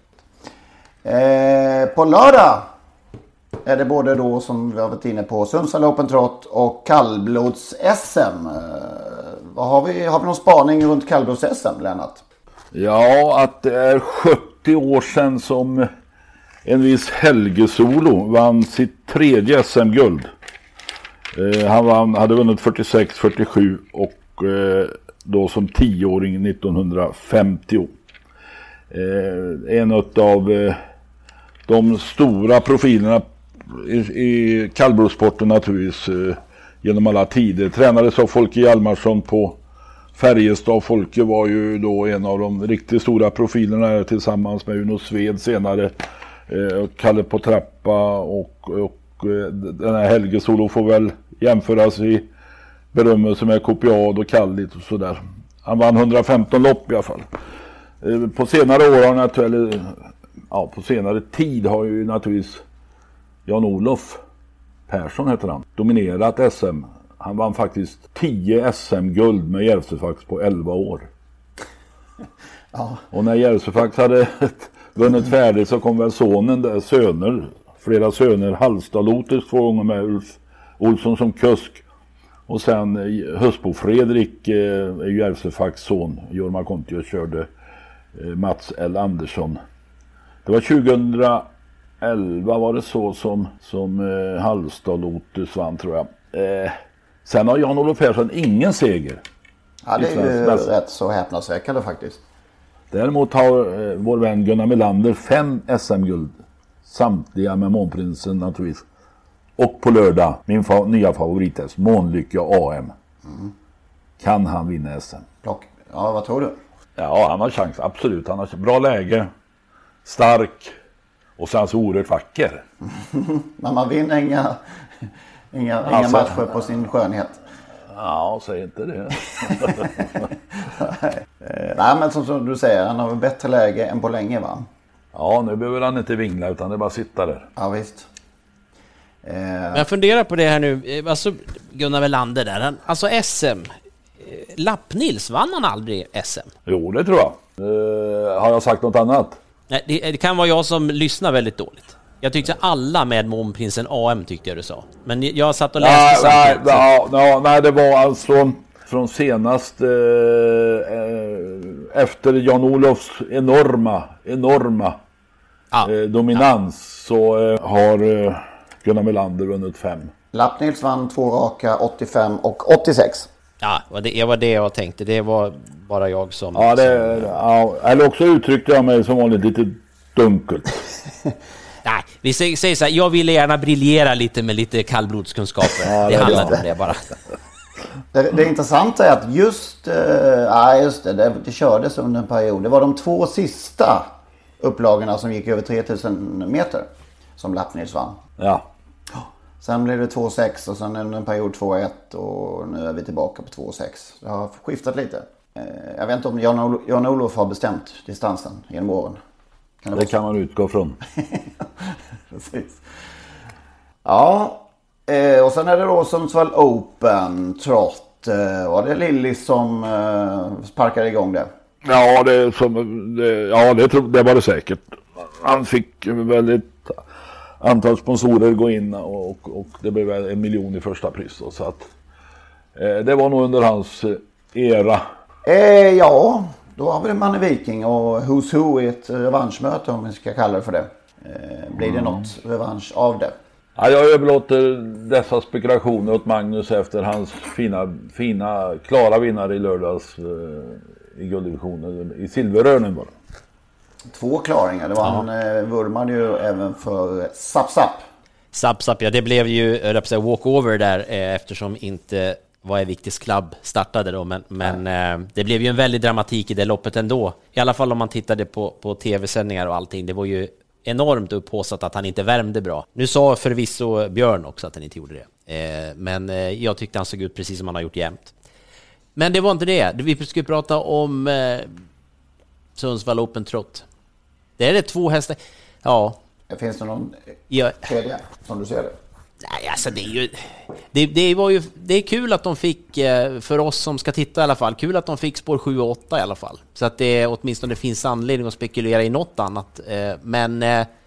På lördag är det både då, som vi har varit inne på, Sundsvall Open Trot och kallblods-SM. Har vi någon spaning runt kallblods-SM, Lennart? Ja, att det är 70 år sedan som en viss Helge Solo vann sitt 3:e SM-guld. Han hade vunnit 46-47 och då som 10-åring 1950. En av de stora profilerna i kallblodssporten naturligtvis genom alla tider. Tränades av Folke Hjalmarsson på Färjestad. Folke var ju då en av de riktigt stora profilerna tillsammans med Uno Sved senare. Kalle på trappa och den här Helge Solo får väl jämföras i berömmelse med Kopiad och Kallit och sådär. Han vann 115 lopp i alla fall. På senare år har naturligtvis, på senare tid har ju naturligtvis Jan-Olof Persson heter han, dominerat SM. Han vann faktiskt 10 SM-guld med Järvsöfax på 11 år. Ja. Och när Järvsöfax hade vunnit färdigt så kom väl flera söner, Hallstad Lotus 2 gånger med Ulf Olsson som kusk. Och sen Hösbo Fredrik är ju Järvsöfax son, Jorma Kontio körde Mats L. Andersson. Det var 2011 var det så som Hallstad Lotus vann, tror jag. Sen har Jan-Olof Persson ingen seger. Ja, det är ju rätt så häpnadsväckande faktiskt. Däremot har vår vän Gunnar Melander 5 SM-guld. Samtliga med Månprinsen naturligtvis. Och på lördag, min nya favorithäst, Månlycke AM. Kan han vinna SM? Ja, vad tror du? Ja, han har chans, absolut. Han har bra läge, stark Och sen så oerhört vacker. Men man vinner inga matcher på sin skönhet. Ja, säg inte det. Nej, men som du säger, han har väl bättre läge än på länge, va? Ja, nu behöver han inte vingla utan det bara sitta där. Ja, visst. Men jag funderar på det här nu, alltså Gunnar Welander där, alltså SM, Lappnils, vann han aldrig SM? Jo, det tror jag. Har jag sagt något annat? Nej, det kan vara jag som lyssnar väldigt dåligt. Jag tyckte alla med Månprinsen AM tyckte jag du sa. Men jag satt och läste samtidigt. Nej, det var alltså från senast efter Jan-Olofs enorma dominans så har Gunnar Welander vunnit 5. Lappnils vann 2 raka, 85 och 86. Ja, det var det jag tänkte. Det var bara jag som... Ja, eller också uttryckte jag mig som vanligt lite dunkelt. Nej, vi säger så här, jag ville gärna briljera lite med lite kallblodskunskaper. Ja, det handlar om det bara. Det intressanta är att just det kördes under en period. Det var de 2 sista upplagorna som gick över 3000 meter som Lappnils vann. Ja. Sen blev det 2,6 och sen en period 2,1 och nu är vi tillbaka på 2,6. Det har skiftat lite. Jag vet inte om Jan-Olof har bestämt distansen genom åren. Det kan man utgå från. Precis. Ja, och sen är det då Sundsvall Open trot. Var det Lilly som sparkade igång det? Ja, det var det säkert. Han fick väldigt antal sponsorer gå in och det blev 1 miljon i första pris. Så att det var nog under hans era. Ja, då har vi Manne Viking och Who's Who i ett revanschmöte, om vi ska kalla det för det. Blir det något revansch av det? Ja, jag överlåter dessa spekulationer åt Magnus efter hans fina klara vinnare i lördags i gulddivisionen i Silverörnen bara. 2 klaringar, det var han vurmade ju även för Sapsap. Ja, det blev ju walkover där eftersom inte Vad är Viktis Club startade då, men det blev ju en väldig dramatik i det loppet ändå. I alla fall om man tittade på tv-sändningar och allting. Det var ju enormt upphåsat att han inte värmde bra. Nu sa förvisso Björn också att han inte gjorde det. Men jag tyckte han såg ut precis som han har gjort jämt. Men det var inte det. Vi skulle prata om Sundsvall Open Trot. Det är det 2 hästar. Ja. Finns det någon tredje som du ser det? Nej, alltså det är kul att de fick, för oss som ska titta i alla fall, kul att de fick spår 7 och 8 i alla fall. Så att det åtminstone finns anledning att spekulera i något annat. Men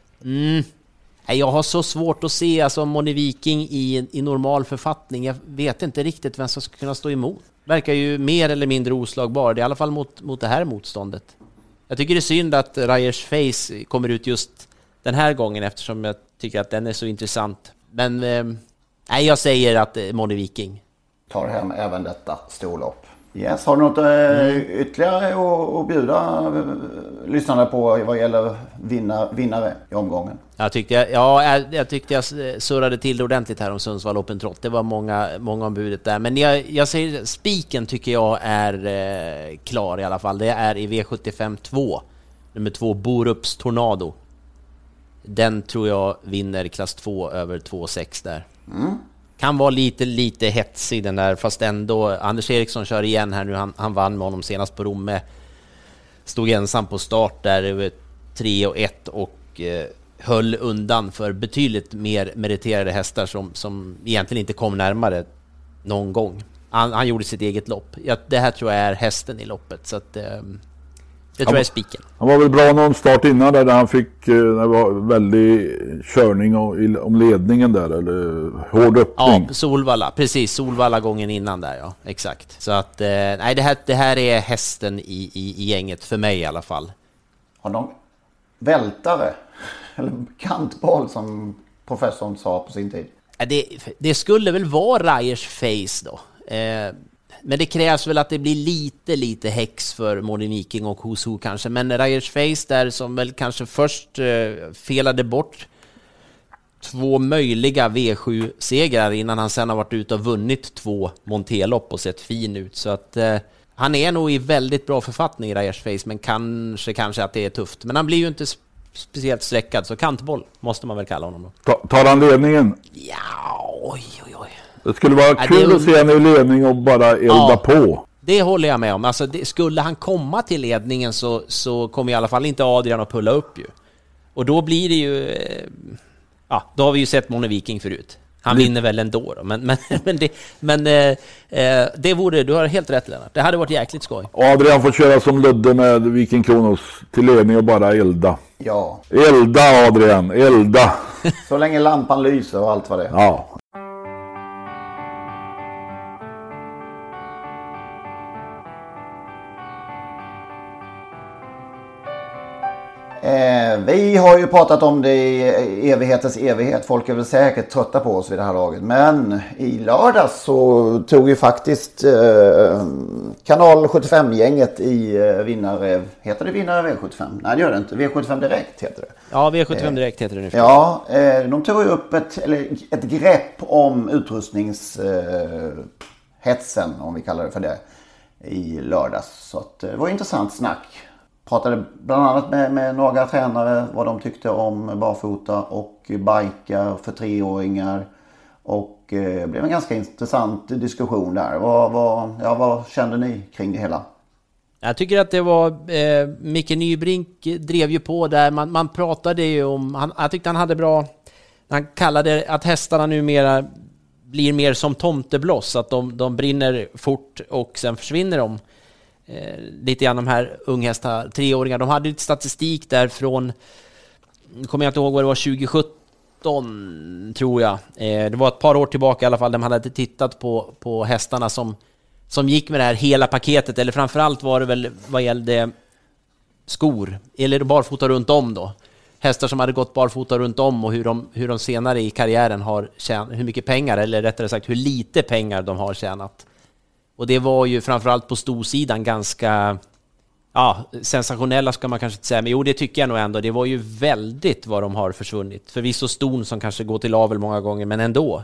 jag har så svårt att se alltså Moni Viking i normal författning. Jag vet inte riktigt vem som ska kunna stå emot. Verkar ju mer eller mindre oslagbar, det är i alla fall mot det här motståndet. Jag tycker det är synd att Ryers Face kommer ut just den här gången eftersom jag tycker att den är så intressant. Men jag säger att Moni Viking tar hem även detta storlopp. Yes, har du något ytterligare att bjuda lyssnarna på vad gäller vinnare i omgången? Jag tyckte jag surrade till det ordentligt här om Sundsvall Open Trot. Det var många om budet där. Men jag säger spiken tycker jag är klar i alla fall. Det är i V75 2. Nummer 2 Borups Tornado. Den tror jag vinner klass 2 över 2,6 där. Kan vara lite hetsig den där, fast ändå Anders Eriksson kör igen här nu. Han vann med honom senast på Romme. Stod ensam på start där över 3,1 och höll undan för betydligt mer meriterade hästar som egentligen inte kom närmare någon gång. Han gjorde sitt eget lopp. Det här tror jag är hästen i loppet, så att det tror jag är spiken. Han var väl bra någon start innan där han fick det var väldig körning om ledningen där, eller hård öppning. Ja, Solvalla, precis, Solvalla gången innan där, ja, exakt. Så att nej, det här är hästen i gänget för mig i alla fall. Har någon vältare eller kantboll som professorn sa på sin tid? Det skulle väl vara Ryers Face då. Men det krävs väl att det blir lite häx för Moni Viking och Who's Who kanske. Men Ryers Face där som väl kanske först felade bort 2 möjliga V7-segrar innan han sen har varit ute och vunnit 2 Montelopp och sett fin ut. Så att han är nog i väldigt bra författning i Ryers Face, men kanske att det är tufft. Men han blir ju inte speciellt sträckad, så kantboll måste man väl kalla honom då. Tar han ledningen? Ja, oj. Det skulle vara kul att se han i ledning och bara elda på. Det håller jag med om. Alltså, skulle han komma till ledningen så kommer i alla fall inte Adrian att pulla upp ju. Och då blir det ju... då har vi ju sett Mone Viking förut. Han vinner väl ändå då. Men det vore... Du har helt rätt, Lennart. Det hade varit jäkligt skoj. Adrian får köra som Ludde med Viking Kronos till ledning och bara elda. Ja. Elda, Adrian. Elda. Så länge lampan lyser och allt vad det är. Ja. Vi har ju pratat om det i evighetens evighet. Folk är väl säkert trötta på oss vid det här laget. Men i lördags så tog ju faktiskt kanal 75-gänget i vinnare... Heter det vinnare V75? Nej, det gör det inte. V75 Direkt heter det. Ja, V75 Direkt heter det nu. Ja, de tog ju upp ett grepp om utrustningshetsen, om vi kallar det för det, i lördags. Så att, det var intressant snack. Pratade bland annat med några tränare vad de tyckte om barfota och bikar för 3-åringar. Och det blev en ganska intressant diskussion där. Vad kände ni kring det hela? Jag tycker att det var... Micke Nybrink drev ju på där. Man pratade ju om... Jag tyckte han hade bra... Han kallade att hästarna numera blir mer som tomtebloss. Att de brinner fort och sen försvinner de. Lite grann de här unghästar, 3-åringar. De hade lite statistik där från, kommer jag inte ihåg vad det var, 2017 tror jag. Det var ett par år tillbaka i alla fall, där man hade tittat på hästarna som gick med det här hela paketet. Eller framförallt var det väl vad gällde skor, eller barfota runt om då. Hästar som hade gått barfota runt om och hur de senare i karriären har tjänat, hur mycket pengar, eller rättare sagt hur lite pengar de har tjänat. Och det var ju framförallt på storsidan ganska sensationella ska man kanske inte säga. Men jo, det tycker jag nog ändå. Det var ju väldigt vad de har försvunnit. Förvisso ston som kanske går till avel många gånger, men ändå.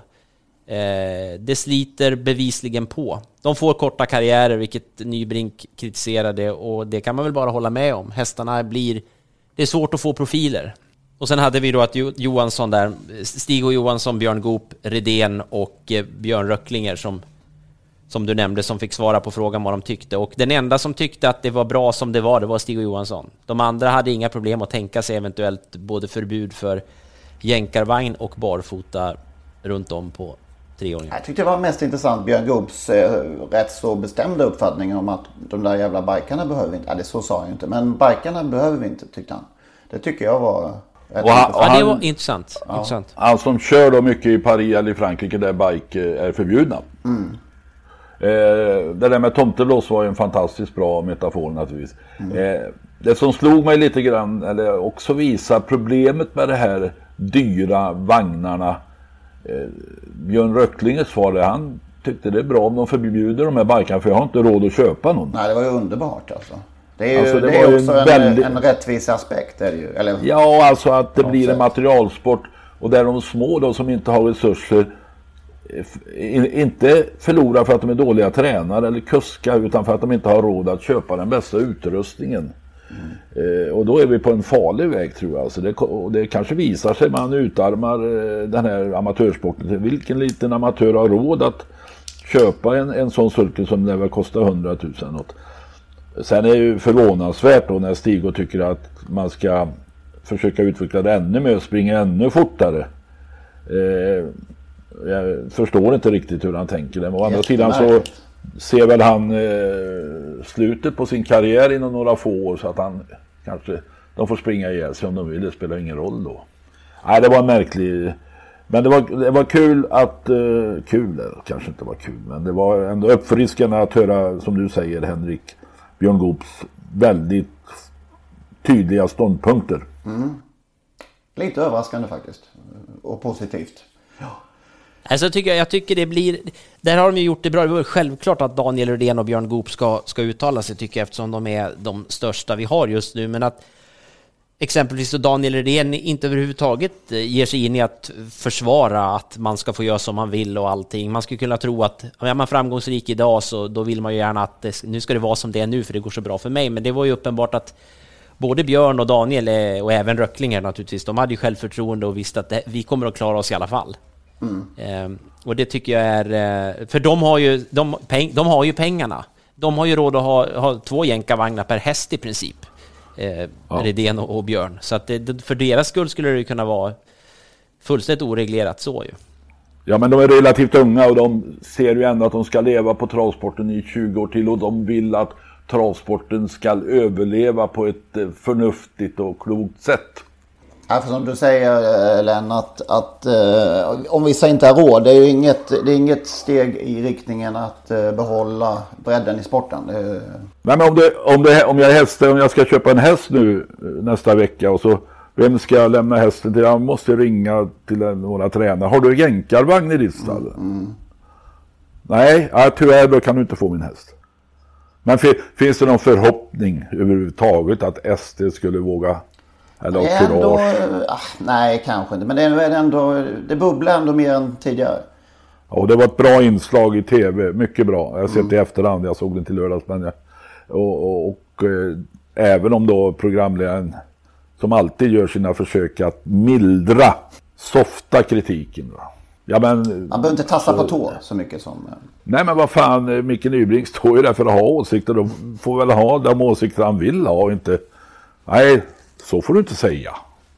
Det sliter bevisligen på. De får korta karriärer, vilket Nybrink kritiserade. Och det kan man väl bara hålla med om. Hästarna det är svårt att få profiler. Och sen hade vi då att Johansson där, Stig och Johansson, Björn Goop, Redén och Björn Röcklinger som du nämnde, som fick svara på frågan vad de tyckte. Och den enda som tyckte att det var bra som det var Stig och Johansson. De andra hade inga problem att tänka sig eventuellt både förbud för jänkarvagn och barfota runt om på 3-åringar. Jag tyckte det var mest intressant Björn Goops rätt så bestämda uppfattning om att de där jävla bikarna behöver vi inte. Det så sa jag inte, men bikarna behöver vi inte, tyckte han. Det tycker jag var... det var intressant. Ja. Intressant. Han som kör då mycket i Paris eller i Frankrike där bike är förbjudna. Mm. Det där med tomteblås var ju en fantastiskt bra metafor naturligtvis. Det som slog mig lite grann, eller också visar problemet med det här dyra vagnarna. Björn Röcklinges svar, han tyckte det är bra om de förbjuder de här bikarna, för jag har inte råd att köpa någon. Nej, det var ju underbart alltså. Det är ju också en rättvis aspekt. Är det ju, eller? Ja, alltså att det blir en materialsport och där de små då som inte har resurser inte förlorar för att de är dåliga tränare eller kuskar, utan för att de inte har råd att köpa den bästa utrustningen. Och då är vi på en farlig väg, tror jag. Alltså det kanske visar sig, man utarmar den här amatörsporten. Vilken liten amatör har råd att köpa en sån sulke som det väl kostar 100 000 något. Sen är det ju förvånansvärt då när Stig och tycker att man ska försöka utveckla det ännu mer och springa ännu fortare. Jag förstår inte riktigt hur han tänker det. Men å andra sidan så ser väl han slutet på sin karriär inom några få år, så att han kanske, de får springa ihjäl sig om de vill. Det spelar ingen roll då. Nej, det var en märklig... Men det var kul att... kul, kanske inte var kul, men det var ändå uppfriskande att höra, som du säger Henrik, Björn Goops väldigt tydliga ståndpunkter. Lite överraskande faktiskt. Och positivt. Ja. Alltså jag tycker det blir... Där har de ju gjort det bra. Det var självklart att Daniel Redén och Björn Goop ska uttala sig, tycker jag, eftersom de är de största vi har just nu. Men att exempelvis så Daniel Redén inte överhuvudtaget ger sig in i att försvara att man ska få göra som man vill och allting. Man skulle kunna tro att är man framgångsrik idag, så då vill man ju gärna att nu ska det vara som det är nu, för det går så bra för mig. Men det var ju uppenbart att både Björn och Daniel och även Röcklinger naturligtvis, de hade ju självförtroende och visste att vi kommer att klara oss i alla fall. Och det tycker jag är, för de har ju pengarna. De har ju råd att ha 2 jänkarvagnar per häst i princip. Redén och Björn. Så att för deras skull skulle det kunna vara fullständigt oreglerat så ju. Ja, men de är relativt unga och de ser ju ändå att de ska leva på travsporten i 20 år till och de vill att travsporten ska överleva på ett förnuftigt och klokt sätt. Ja, för som du säger, Lennart, att om vissa inte har råd, det är inget steg i riktningen att behålla bredden i sporten. Nej, men om jag är häst, om jag ska köpa en häst nu nästa vecka och så vem ska jag lämna hästen till? Jag måste ringa till några tränare. Har du jänkarvagn i ditt stall? Nej, tyvärr då kan du inte få min häst. Men finns det någon förhoppning överhuvudtaget att SD skulle våga eller ändå, nej, kanske inte. Men det bubblar ändå mer än tidigare. Och det var ett bra inslag i tv. Mycket bra. Jag har sett det i efterhand. Jag såg den till lördags. Men även om då programledaren som alltid gör sina försök att mildra, softa kritiken. Ja, men, man behöver inte tassa på tå så mycket som... Nej, men vad fan, Micke Nybrink står ju där för att ha åsikter. Då får väl ha de åsikter han vill ha, inte... Nej, så får du inte säga.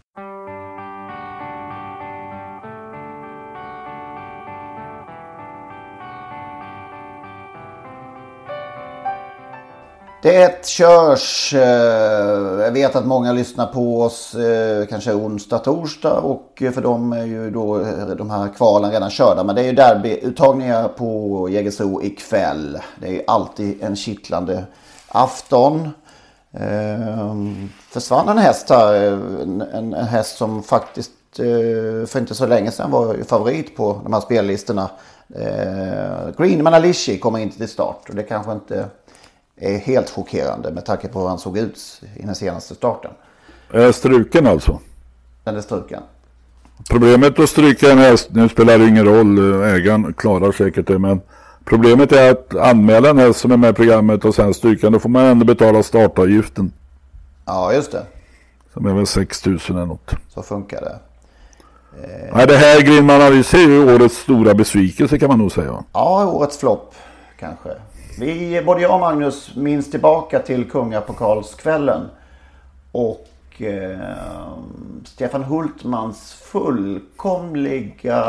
Det körs, jag vet att många lyssnar på oss kanske onsdag, torsdag och för dem är ju då de här kvalen redan körda. Men det är ju derbyuttagningar på Jägersro ikväll. Det är ju alltid en kittlande afton. Försvann en häst här, en häst som faktiskt för inte så länge sedan var favorit på de här spellistorna. Greenman Alishi kommer inte till start och det kanske inte är helt chockerande med tanke på hur han såg ut i den senaste starten. Struken alltså? Den är struken. Problemet att stryka en häst, nu spelar det ingen roll, ägaren klarar säkert det, men problemet är att anmäla en häst som är med i programmet och sen stryka, då får man ändå betala startavgiften. Ja, just det. Som är väl 6 000 eller något. Så funkar det. Nej, det här Greenman Alishi är ju årets stora besvikelse kan man nog säga. Ja, årets flopp kanske. Både jag och Magnus minns tillbaka till Kungapokalskvällen och Stefan Hultmans fullkomliga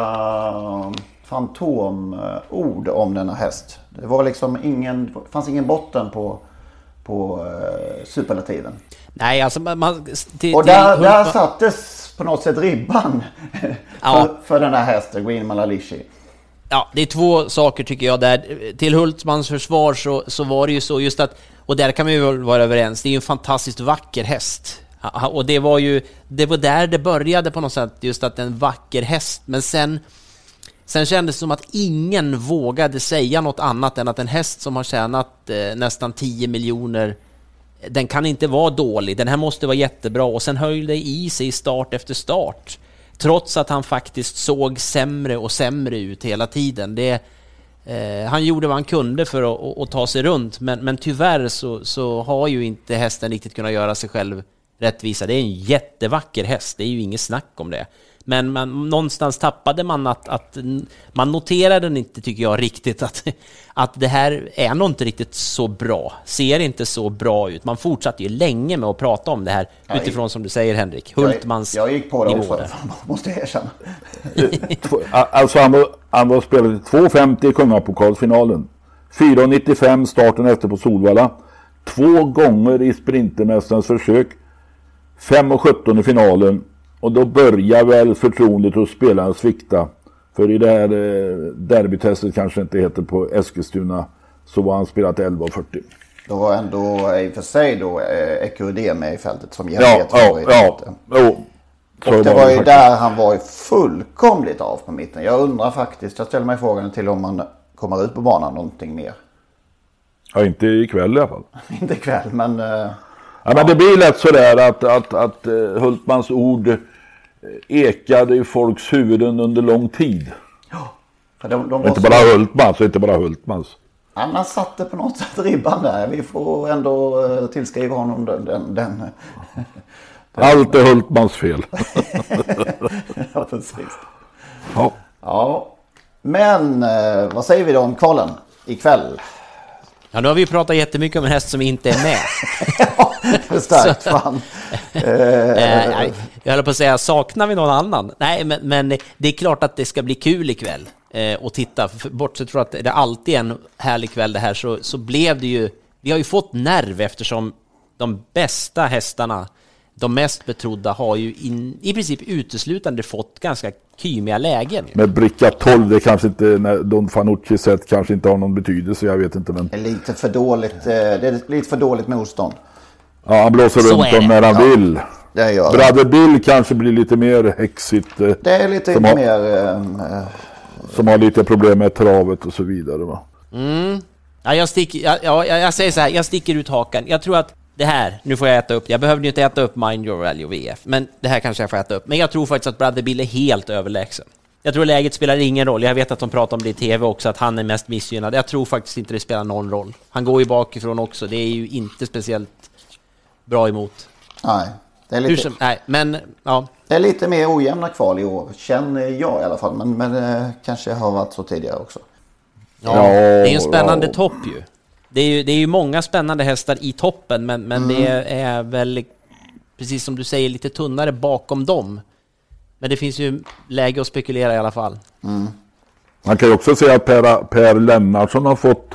fantomord om denna häst. Det var liksom fanns ingen botten på superlativen. Nej, alltså och där sattes på något sätt ribban för den här hästen, Greenman Alishi. Ja, det är 2 saker tycker jag där. Till Hultmans försvar så var det ju så just att, och där kan vi väl vara överens, det är ju en fantastiskt vacker häst. Och det var där det började på något sätt, just att en vacker häst. Men sen kändes det som att ingen vågade säga något annat än att en häst som har tjänat nästan 10 miljoner, den kan inte vara dålig, den här måste vara jättebra. Och sen höll det i sig start efter start. Trots att han faktiskt såg sämre och sämre ut hela tiden. Han gjorde vad han kunde för att ta sig runt. Men tyvärr så har ju inte hästen riktigt kunnat göra sig själv rättvisa. Det är en jättevacker häst. Det är ju inget snack om det. Men någonstans tappade man att man noterade den inte, tycker jag, riktigt att det här är nog inte riktigt så bra. Ser inte så bra ut. Man fortsatte ju länge med att prata om det här utifrån, som du säger, Henrik, Hultmans jag gick på det också, måste jag erkänna. Alltså han var spelat 2,50 i Kungapokalsfinalen. 4,95 starten efter på Solvalla. 2 gånger i Sprintermästarens försök. 5,17 i finalen. Och då börjar väl förtroendet hos spelaren svikta. För i det här derbytestet kanske inte heter på Eskilstuna, så var han spelat 11,40. Då var ändå i och för sig då Ekurudé med i fältet som Och det var ju där han var fullkomligt av på mitten. Jag undrar faktiskt, jag ställer mig frågan till om man kommer ut på banan någonting mer. Ja, inte ikväll i alla fall. Inte ikväll, men... Ja, men det blir lätt sådär att Hultmans ord ekade i folks huvuden under lång tid. Ja, för de inte bara Hultmans. Han satte på något sätt ribban där. Vi får ändå tillskriva honom den. Allt är Hultmans fel. Ja, precis. Ja. Ja. Men vad säger vi då om kvalen ikväll? Ja, nu har vi pratat jättemycket om en häst som inte är med. Ja, starkt fan. Jag höll på att säga, saknar vi någon annan? Nej, men det är klart att det ska bli kul ikväll och titta. Bortsett från att det alltid är en härlig kväll det här, så blev det ju... Vi har ju fått nerv eftersom de bästa hästarna, de mest betrodda, har ju i princip uteslutande fått ganska kymiga lägen. Med bricka 12, det kanske inte, när Don Fanucci sett kanske inte har någon betydelse, jag vet inte. Men... Det är lite för dåligt, det är lite för dåligt motstånd. Ja, han blåser runt om när han vill. Det gör Brother Bill kanske blir lite mer häxigt. Det är lite mer... som har lite problem med travet och så vidare, va? Ja, jag säger så här, jag sticker ut hakan. Jag tror att det här, nu får jag äta upp. Jag behövde ju inte äta upp Mind Your Value VF, men det här kanske jag får äta upp. Men jag tror faktiskt att Brother Bill är helt överlägsen. Jag tror läget spelar ingen roll. Jag vet att de pratar om det i tv också, att han är mest missgynnad. Jag tror faktiskt inte det spelar någon roll. Han går ju bakifrån också. Det är ju inte speciellt bra emot. Nej, det är lite... Nej, men ja. Det är lite mer ojämna kval i år, känner jag i alla fall. Men kanske har varit så tidigare också. Ja, det är ju en spännande topp ju. Det är ju många spännande hästar i toppen, men det är väl, precis som du säger, lite tunnare bakom dem. Men det finns ju läge att spekulera i alla fall. Man kan ju också säga att Per Lennartsson har fått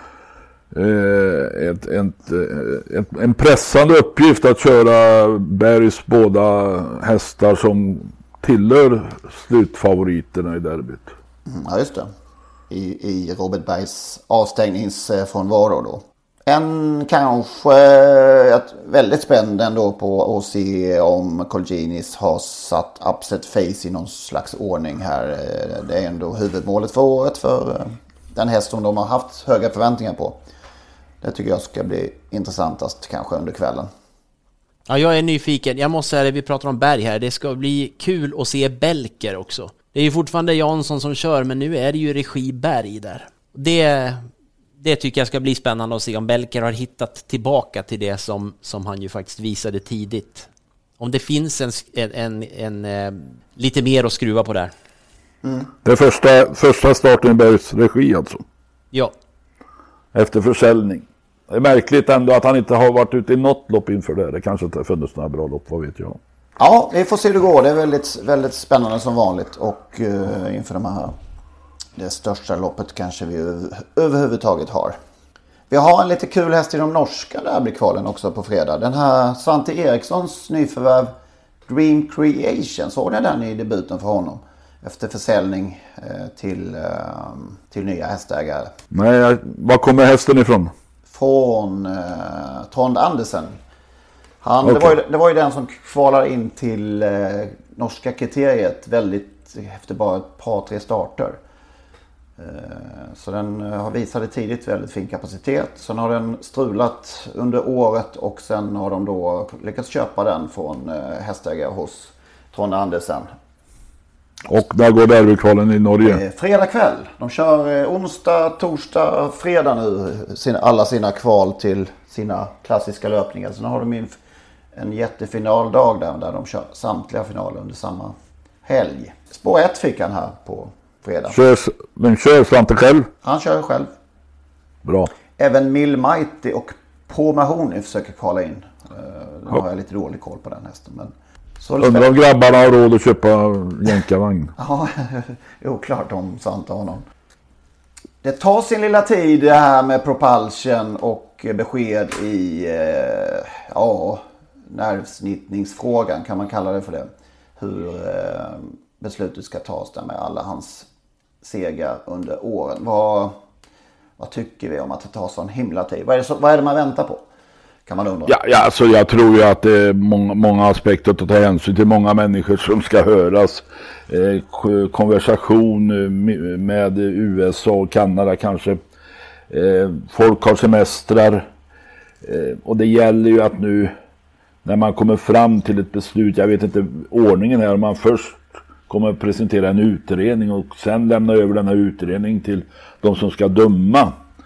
en pressande uppgift att köra Bergs båda hästar som tillhör slutfavoriterna i derbyt. Ja, just det. I Robert Bergs avstängningsfrånvaro då. En kanske väldigt spännande ändå på att se om Colginis har satt upset face i någon slags ordning här. Det är ändå huvudmålet för året för den häst som de har haft höga förväntningar på. Det tycker jag ska bli intressantast kanske under kvällen. Ja, jag är nyfiken. Jag måste säga det, vi pratar om Berg här. Det ska bli kul att se Belker också. Det är ju fortfarande Jansson som kör, men nu är det ju regi Berg där. Det tycker jag ska bli spännande att se om Belker har hittat tillbaka till det som han ju faktiskt visade tidigt. Om det finns en lite mer att skruva på där. Det är första starten i Bergs regi alltså. Ja. Efter försäljning. Det är märkligt ändå att han inte har varit ute i något lopp inför det. Det kanske inte har funnits några bra lopp, vad vet jag. Ja, vi får se hur det går. Det är väldigt, väldigt spännande som vanligt. Och inför de här, det största loppet kanske vi överhuvudtaget har. Vi har en lite kul häst i de norska derbykvalen också på fredag. Den här Svante Erikssons nyförvärv Dream Creation. Såg ni den i debuten för honom? Efter försäljning till nya hästägare. Nej, var kommer hästen ifrån? Från Trond Andersen. Det var ju den som kvalade in till norska kriteriet efter bara ett par, 3 starter. Så den har visat tidigt väldigt fin kapacitet. Sen har den strulat under året och sen har de då lyckats köpa den från hästägare hos Trond Andersen. Och där går derbykvalen i Norge? Fredag kväll. De kör onsdag, torsdag, fredag nu. Alla sina kval till sina klassiska löpningar. Sen har de en jättefinaldag där de kör samtliga finaler under samma helg. Spår 1 fick han här på fredag. Men kör Svante själv? Han kör själv. Bra. Även Mill Mighty och På Mahoney försöker kvala in. Nu har jag lite dålig koll på den hästen. Men undrar om grabbarna har råd att köpa jänkarvagn. Ja, oklart om Svante har någon. Det tar sin lilla tid det här med propulsion och besked i nervsnittningsfrågan, kan man kalla det för det. Hur beslutet ska tas där med alla hans segrar under åren. Vad tycker vi om att det tar sån himla tid? Vad är det man väntar på? Kan man undra. Ja, alltså jag tror ju att det är många aspekter att ta hänsyn till, många människor som ska höras. Konversation med USA och Kanada kanske. Folk har semestrar. Och det gäller ju att nu när man kommer fram till ett beslut, jag vet inte ordningen här, om man först kommer att presentera en utredning och sen lämna över den här utredningen till de som ska döma.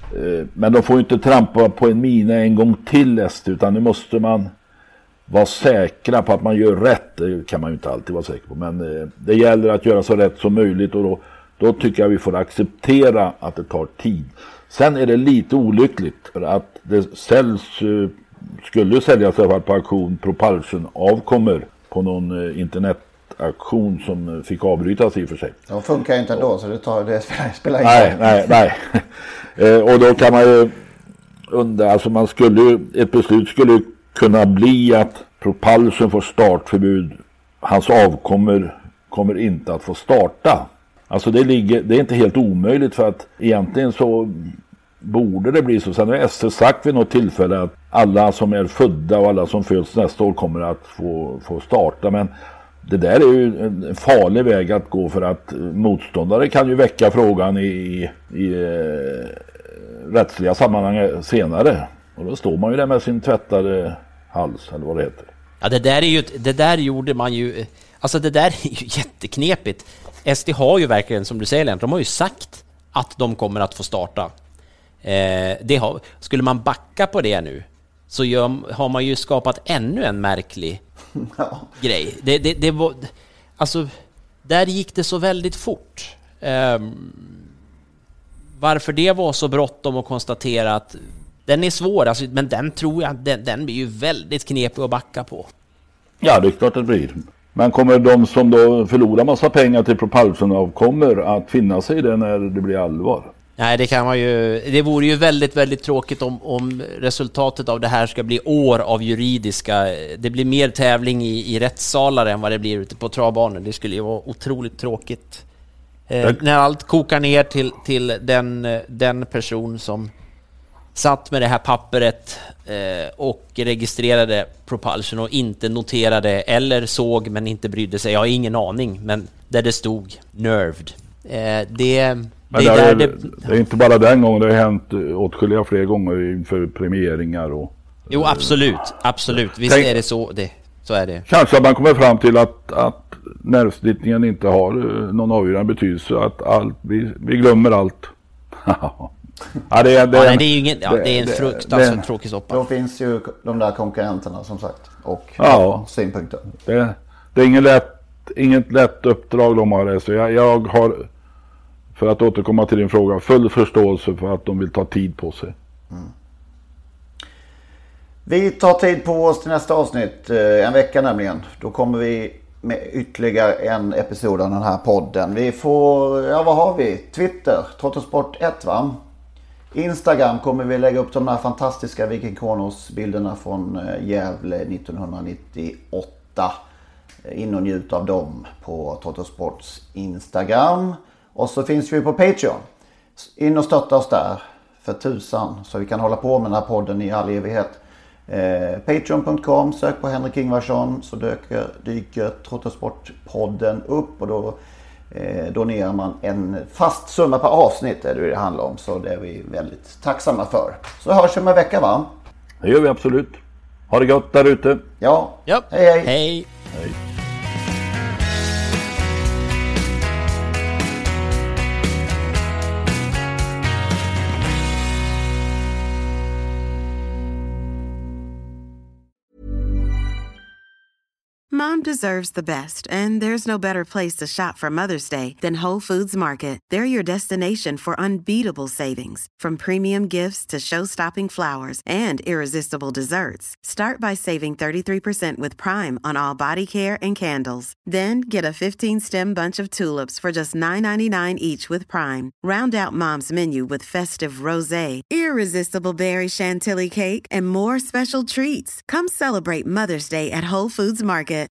Men de får ju inte trampa på en mina en gång till Esti, utan nu måste man vara säkra på att man gör rätt. Det kan man ju inte alltid vara säker på, men det gäller att göra så rätt som möjligt, och då tycker jag vi får acceptera att det tar tid. Sen är det lite olyckligt för att det skulle säljas på auktion. Propulsion avkommer på någon internetaktion som fick avbrytas i och för sig. Det funkar inte ändå, så det spelar ingen roll. Nej. Och då kan man ju undra, alltså ett beslut skulle kunna bli att Propulsion får startförbud. Hans avkommer kommer inte att få starta. Alltså det är inte helt omöjligt, för att egentligen så borde det bli så. Sen har SC sagt vid något tillfälle att alla som är födda och alla som föds nästa år kommer att få starta. Men det där är ju en farlig väg att gå, för att motståndare kan ju väcka frågan i rättsliga sammanhang senare. Och då står man ju där med sin tvättade hals, eller vad det heter. Ja, det där gjorde man ju... Alltså det där är ju jätteknepigt. SD har ju verkligen, som du säger, de har ju sagt att de kommer att få starta. Skulle man backa på det nu, så har man ju skapat ännu en märklig grej. Det var, alltså, där gick det så väldigt fort. Varför det var så bråttom att konstatera att den är svår, alltså, men den tror jag den blir ju väldigt knepig att backa på. Ja, det är klart att det blir. Men kommer de som då förlorar massa pengar till Propulsion kommer att finna sig i det när det blir allvar? Nej, det vore ju väldigt, väldigt tråkigt om resultatet av det här ska bli år av juridiska. Det blir mer tävling i rättssalar än vad det blir ute på travbanan. Det skulle ju vara otroligt tråkigt. När allt kokar ner till den person som satt med det här pappret och registrerade Propulsion och inte noterade eller såg men inte brydde sig. Jag har ingen aning, men där det stod Nerved. Det är inte bara den gången, det har hänt åtskilliga fler gånger inför premieringar och... Jo, absolut. Visst är det så. Så är det. Kanske att man kommer fram till att nervsnittningen inte har någon avgörande betydelse, att vi glömmer allt. Det är en fruktansvärt tråkig soppa. Då finns ju de där konkurrenterna som sagt och synpunkter. Det är inget lätt uppdrag de har, så jag har, för att återkomma till din fråga, full förståelse för att de vill ta tid på sig. Vi tar tid på oss till nästa avsnitt, en vecka nämligen. Då kommer vi med ytterligare en episod av den här podden. Vi får, vad har vi? Twitter, Trottosport 1 va? Instagram kommer vi lägga upp de här fantastiska Viking Kronos bilderna från Gävle 1998. In och njut av dem på Trottosports Instagram. Och så finns vi på Patreon. In och stötta oss där för 1000 så vi kan hålla på med den här podden i all evighet. Patreon.com, sök på Henrik Ingvarsson så dyker Trottosportpodden upp och då donerar man en fast summa per avsnitt är det handlar om, så det är vi väldigt tacksamma för. Så hörs vi om en vecka va? Det gör vi absolut. Ha det gott där ute. Ja. Hej. Mom deserves the best, and there's no better place to shop for Mother's Day than Whole Foods Market. They're your destination for unbeatable savings, from premium gifts to show-stopping flowers and irresistible desserts. Start by saving 33% with Prime on all body care and candles. Then get a 15-stem bunch of tulips for just $9.99 each with Prime. Round out Mom's menu with festive rosé, irresistible berry chantilly cake, and more special treats. Come celebrate Mother's Day at Whole Foods Market.